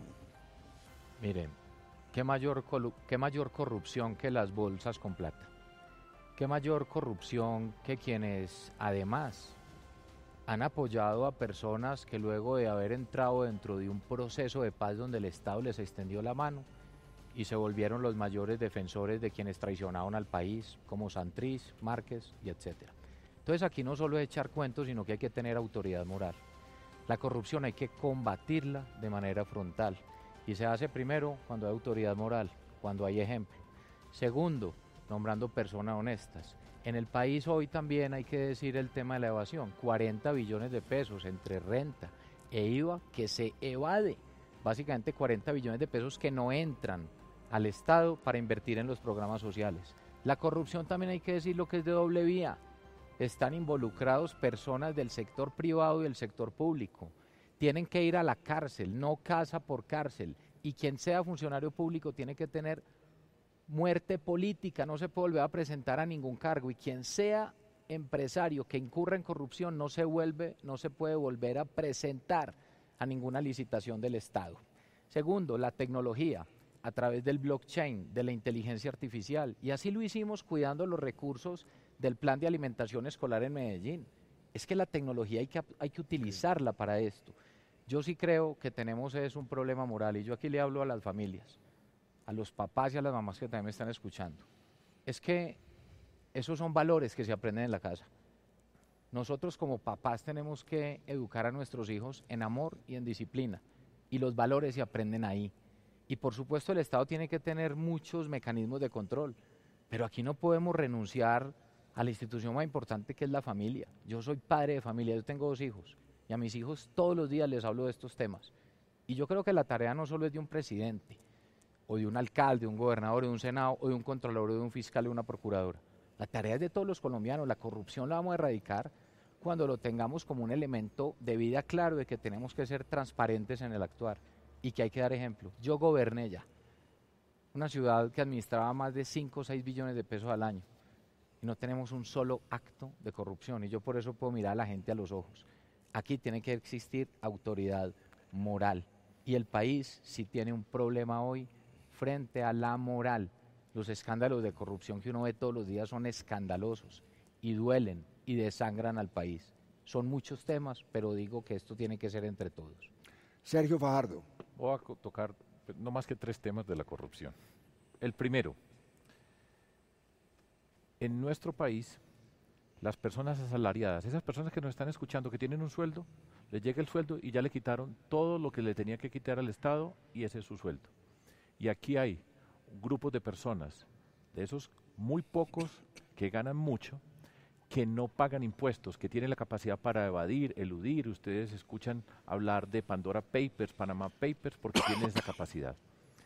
Miren, ¿qué mayor, qué mayor corrupción que las bolsas con plata? ¿Qué mayor corrupción que quienes además han apoyado a personas que luego de haber entrado dentro de un proceso de paz donde el Estado les extendió la mano y se volvieron los mayores defensores de quienes traicionaron al país, como Santrich, Márquez y etcétera? Entonces aquí no solo es echar cuentos, sino que hay que tener autoridad moral. La corrupción hay que combatirla de manera frontal y se hace primero cuando hay autoridad moral, cuando hay ejemplo. Segundo, nombrando personas honestas. En el país hoy también hay que decir el tema de la evasión, cuarenta billones de pesos entre renta e I V A que se evade, básicamente cuarenta billones de pesos que no entran al Estado para invertir en los programas sociales. La corrupción también hay que decir lo que es de doble vía. Están involucrados personas del sector privado y del sector público. Tienen que ir a la cárcel, no casa por cárcel. Y quien sea funcionario público tiene que tener muerte política, no se puede volver a presentar a ningún cargo. Y quien sea empresario que incurra en corrupción no se vuelve, no se puede volver a presentar a ninguna licitación del Estado. Segundo, la tecnología a través del blockchain, de la inteligencia artificial, y así lo hicimos cuidando los recursos del plan de alimentación escolar en Medellín. Es que la tecnología hay que, hay que utilizarla para esto. Yo sí creo que tenemos es un problema moral, y yo aquí le hablo a las familias, a los papás y a las mamás que también me están escuchando. Es que esos son valores que se aprenden en la casa. Nosotros como papás tenemos que educar a nuestros hijos en amor y en disciplina, y los valores se aprenden ahí. Y por supuesto el Estado tiene que tener muchos mecanismos de control, pero aquí no podemos renunciar a la institución más importante que es la familia. Yo soy padre de familia, yo tengo dos hijos, y a mis hijos todos los días les hablo de estos temas. Y yo creo que la tarea no solo es de un presidente, o de un alcalde, de un gobernador, de un senado, o de un contralor, o de un fiscal, o de una procuradora. La tarea es de todos los colombianos. La corrupción la vamos a erradicar cuando lo tengamos como un elemento de vida claro de que tenemos que ser transparentes en el actuar y que hay que dar ejemplo. Yo goberné ya una ciudad que administraba más de cinco o seis billones de pesos al año y no tenemos un solo acto de corrupción, y yo por eso puedo mirar a la gente a los ojos. Aquí tiene que existir autoridad moral y el país sí tiene un problema hoy frente a la moral. Los escándalos de corrupción que uno ve todos los días son escandalosos y duelen y desangran al país. Son muchos temas, pero digo que esto tiene que ser entre todos. Sergio Fajardo. Voy a tocar no más que tres temas de la corrupción. El primero, en nuestro país, las personas asalariadas, esas personas que nos están escuchando, que tienen un sueldo, les llega el sueldo y ya le quitaron todo lo que le tenía que quitar al Estado y ese es su sueldo. Y aquí hay grupos de personas, de esos muy pocos que ganan mucho, que no pagan impuestos, que tienen la capacidad para evadir, eludir. Ustedes escuchan hablar de Pandora Papers, Panama Papers, porque tienen esa capacidad.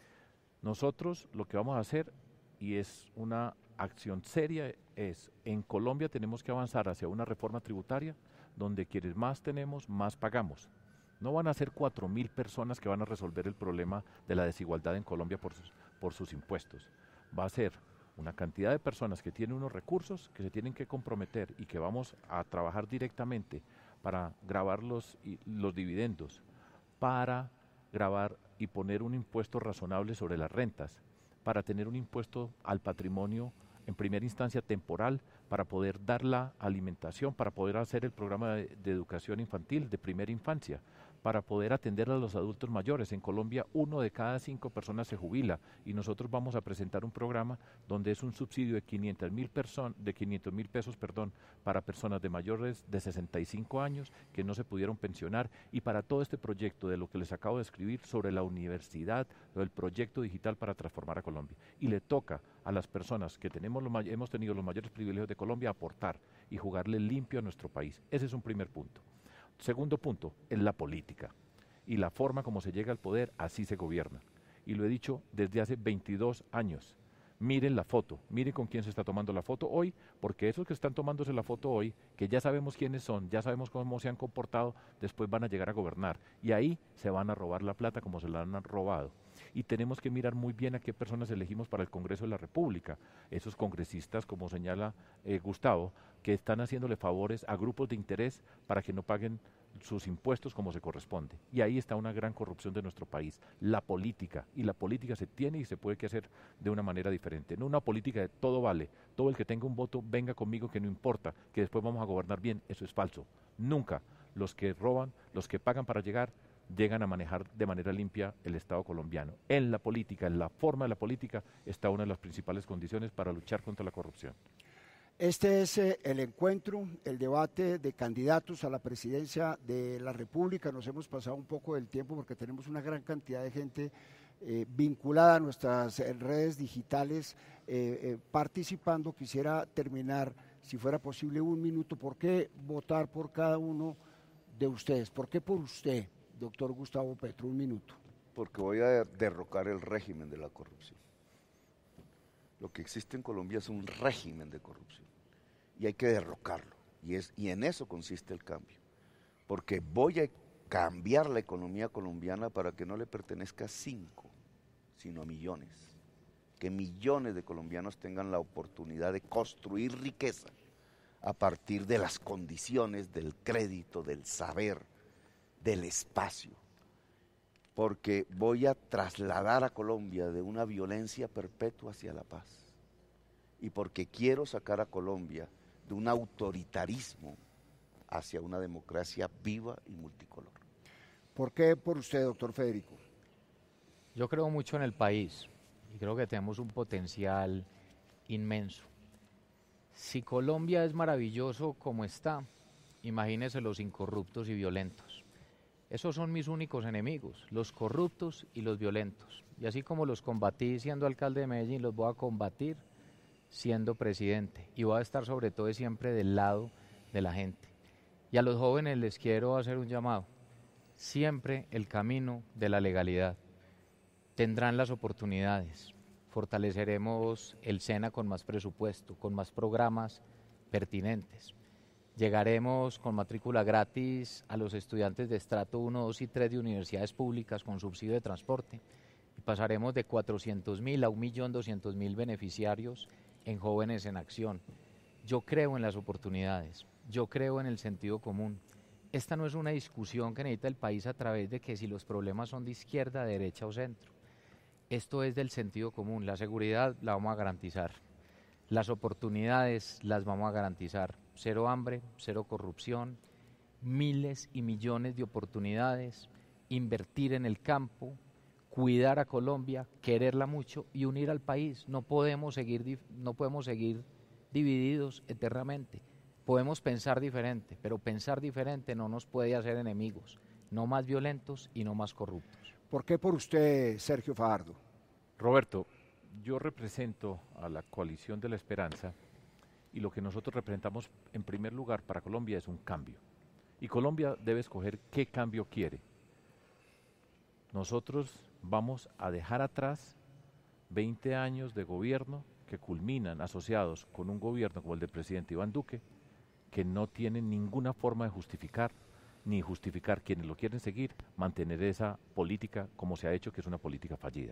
Nosotros lo que vamos a hacer, y es una acción seria, es en Colombia tenemos que avanzar hacia una reforma tributaria donde quienes más tenemos, más pagamos. No van a ser cuatro mil personas que van a resolver el problema de la desigualdad en Colombia por sus, por sus impuestos. Va a ser una cantidad de personas que tienen unos recursos que se tienen que comprometer y que vamos a trabajar directamente para grabar los, los dividendos, para grabar y poner un impuesto razonable sobre las rentas, para tener un impuesto al patrimonio en primera instancia temporal, para poder dar la alimentación, para poder hacer el programa de, de educación infantil de primera infancia, para poder atender a los adultos mayores. En Colombia, uno de cada cinco personas se jubila y nosotros vamos a presentar un programa donde es un subsidio de quinientos mil de quinientos mil pesos perdón, para personas de mayores de sesenta y cinco años que no se pudieron pensionar, y para todo este proyecto de lo que les acabo de escribir sobre la universidad, el proyecto digital para transformar a Colombia. Y le toca a las personas que tenemos los, hemos tenido los mayores privilegios de Colombia aportar y jugarle limpio a nuestro país. Ese es un primer punto. Segundo punto, es la política y la forma como se llega al poder, así se gobierna. Y lo he dicho desde hace veintidós años. Miren la foto, miren con quién se está tomando la foto hoy, porque esos que están tomándose la foto hoy, que ya sabemos quiénes son, ya sabemos cómo se han comportado, después van a llegar a gobernar. Y ahí se van a robar la plata como se la han robado. Y tenemos que mirar muy bien a qué personas elegimos para el Congreso de la República. Esos congresistas, como señala eh, Gustavo, que están haciéndole favores a grupos de interés para que no paguen sus impuestos como se corresponde. Y ahí está una gran corrupción de nuestro país, la política. Y la política se tiene y se puede que hacer de una manera diferente. No una política de todo vale, todo el que tenga un voto venga conmigo que no importa, que después vamos a gobernar bien. Eso es falso. Nunca los que roban, los que pagan para llegar, llegan a manejar de manera limpia el Estado colombiano. En la política, en la forma de la política, está una de las principales condiciones para luchar contra la corrupción. Este es eh, el encuentro, el debate de candidatos a la presidencia de la República. Nos hemos pasado un poco del tiempo porque tenemos una gran cantidad de gente eh, vinculada a nuestras eh, redes digitales eh, eh, participando. Quisiera terminar, si fuera posible, un minuto. ¿Por qué votar por cada uno de ustedes? ¿Por qué por usted, doctor Gustavo Petro? Un minuto. Porque voy a derrocar el régimen de la corrupción. Lo que existe en Colombia es un régimen de corrupción y hay que derrocarlo, y, es, y en eso consiste el cambio, porque voy a cambiar la economía colombiana para que no le pertenezca a cinco, sino a millones, que millones de colombianos tengan la oportunidad de construir riqueza a partir de las condiciones del crédito, del saber, del espacio, porque voy a trasladar a Colombia de una violencia perpetua hacia la paz, y porque quiero sacar a Colombia de un autoritarismo hacia una democracia viva y multicolor. ¿Por qué por usted, doctor Federico? Yo creo mucho en el país y creo que tenemos un potencial inmenso. Si Colombia es maravilloso como está, imagínese los incorruptos y violentos. Esos son mis únicos enemigos, los corruptos y los violentos. Y así como los combatí siendo alcalde de Medellín, los voy a combatir siendo presidente. Y voy a estar sobre todo siempre del lado de la gente. Y a los jóvenes les quiero hacer un llamado. Siempre el camino de la legalidad. Tendrán las oportunidades. Fortaleceremos el SENA con más presupuesto, con más programas pertinentes. Llegaremos con matrícula gratis a los estudiantes de estrato uno, dos y tres de universidades públicas con subsidio de transporte y pasaremos de cuatrocientos mil a un millón doscientos mil beneficiarios en Jóvenes en Acción. Yo creo en las oportunidades, yo creo en el sentido común. Esta no es una discusión que necesita el país a través de que si los problemas son de izquierda, derecha o centro. Esto es del sentido común. La seguridad la vamos a garantizar, las oportunidades las vamos a garantizar. Cero hambre, cero corrupción, miles y millones de oportunidades, invertir en el campo, cuidar a Colombia, quererla mucho y unir al país. No podemos seguir, no podemos seguir divididos eternamente. Podemos pensar diferente, pero pensar diferente no nos puede hacer enemigos, no más violentos y no más corruptos. ¿Por qué por usted, Sergio Fajardo? Roberto, yo represento a la coalición de la esperanza y lo que nosotros representamos en primer lugar para Colombia es un cambio. Y Colombia debe escoger qué cambio quiere. Nosotros vamos a dejar atrás veinte años de gobierno que culminan asociados con un gobierno como el del presidente Iván Duque, que no tienen ninguna forma de justificar, ni justificar quienes lo quieren seguir, mantener esa política como se ha hecho, que es una política fallida.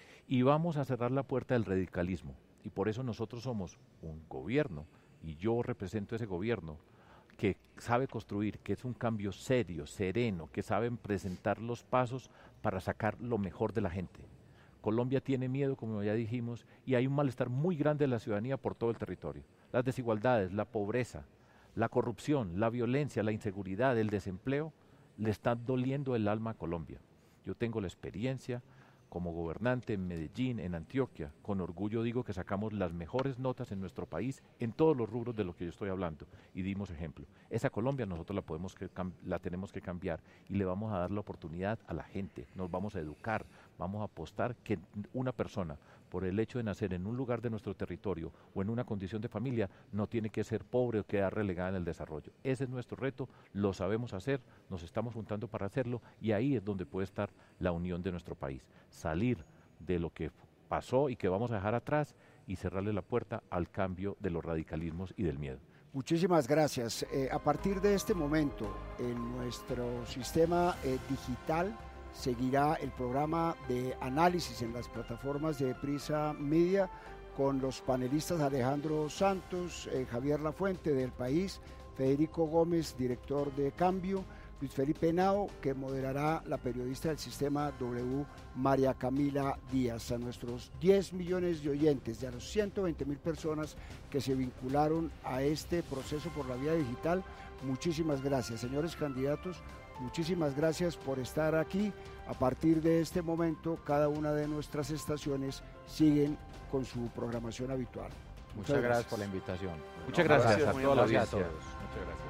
Y vamos a cerrar la puerta del radicalismo, y por eso nosotros somos un gobierno, y yo represento ese gobierno, que sabe construir, que es un cambio serio, sereno, que saben presentar los pasos para sacar lo mejor de la gente. Colombia tiene miedo, como ya dijimos, y hay un malestar muy grande de la ciudadanía por todo el territorio. Las desigualdades, la pobreza, la corrupción, la violencia, la inseguridad, el desempleo, le están doliendo el alma a Colombia. Yo tengo la experiencia como gobernante en Medellín, en Antioquia. Con orgullo digo que sacamos las mejores notas en nuestro país en todos los rubros de lo que yo estoy hablando y dimos ejemplo. Esa Colombia nosotros la, podemos que, la tenemos que cambiar y le vamos a dar la oportunidad a la gente, nos vamos a educar, vamos a apostar que una persona, por el hecho de nacer en un lugar de nuestro territorio o en una condición de familia, no tiene que ser pobre o quedar relegada en el desarrollo. Ese es nuestro reto, lo sabemos hacer, nos estamos juntando para hacerlo y ahí es donde puede estar la unión de nuestro país. Salir de lo que pasó y que vamos a dejar atrás y cerrarle la puerta al cambio de los radicalismos y del miedo. Muchísimas gracias. Eh, a partir de este momento, en nuestro sistema eh, digital, seguirá el programa de análisis en las plataformas de Prisa Media con los panelistas Alejandro Santos, eh, Javier Lafuente del País, Federico Gómez, director de Cambio, Luis Felipe Henao, que moderará la periodista del Sistema W, María Camila Díaz. A nuestros diez millones de oyentes, y a los ciento veinte mil personas que se vincularon a este proceso por la vía digital, muchísimas gracias. Señores candidatos, muchísimas gracias por estar aquí. A partir de este momento, cada una de nuestras estaciones siguen con su programación habitual. Muchas, Muchas gracias. gracias por la invitación. Muchas gracias, gracias a toda la audiencia. Muchas gracias.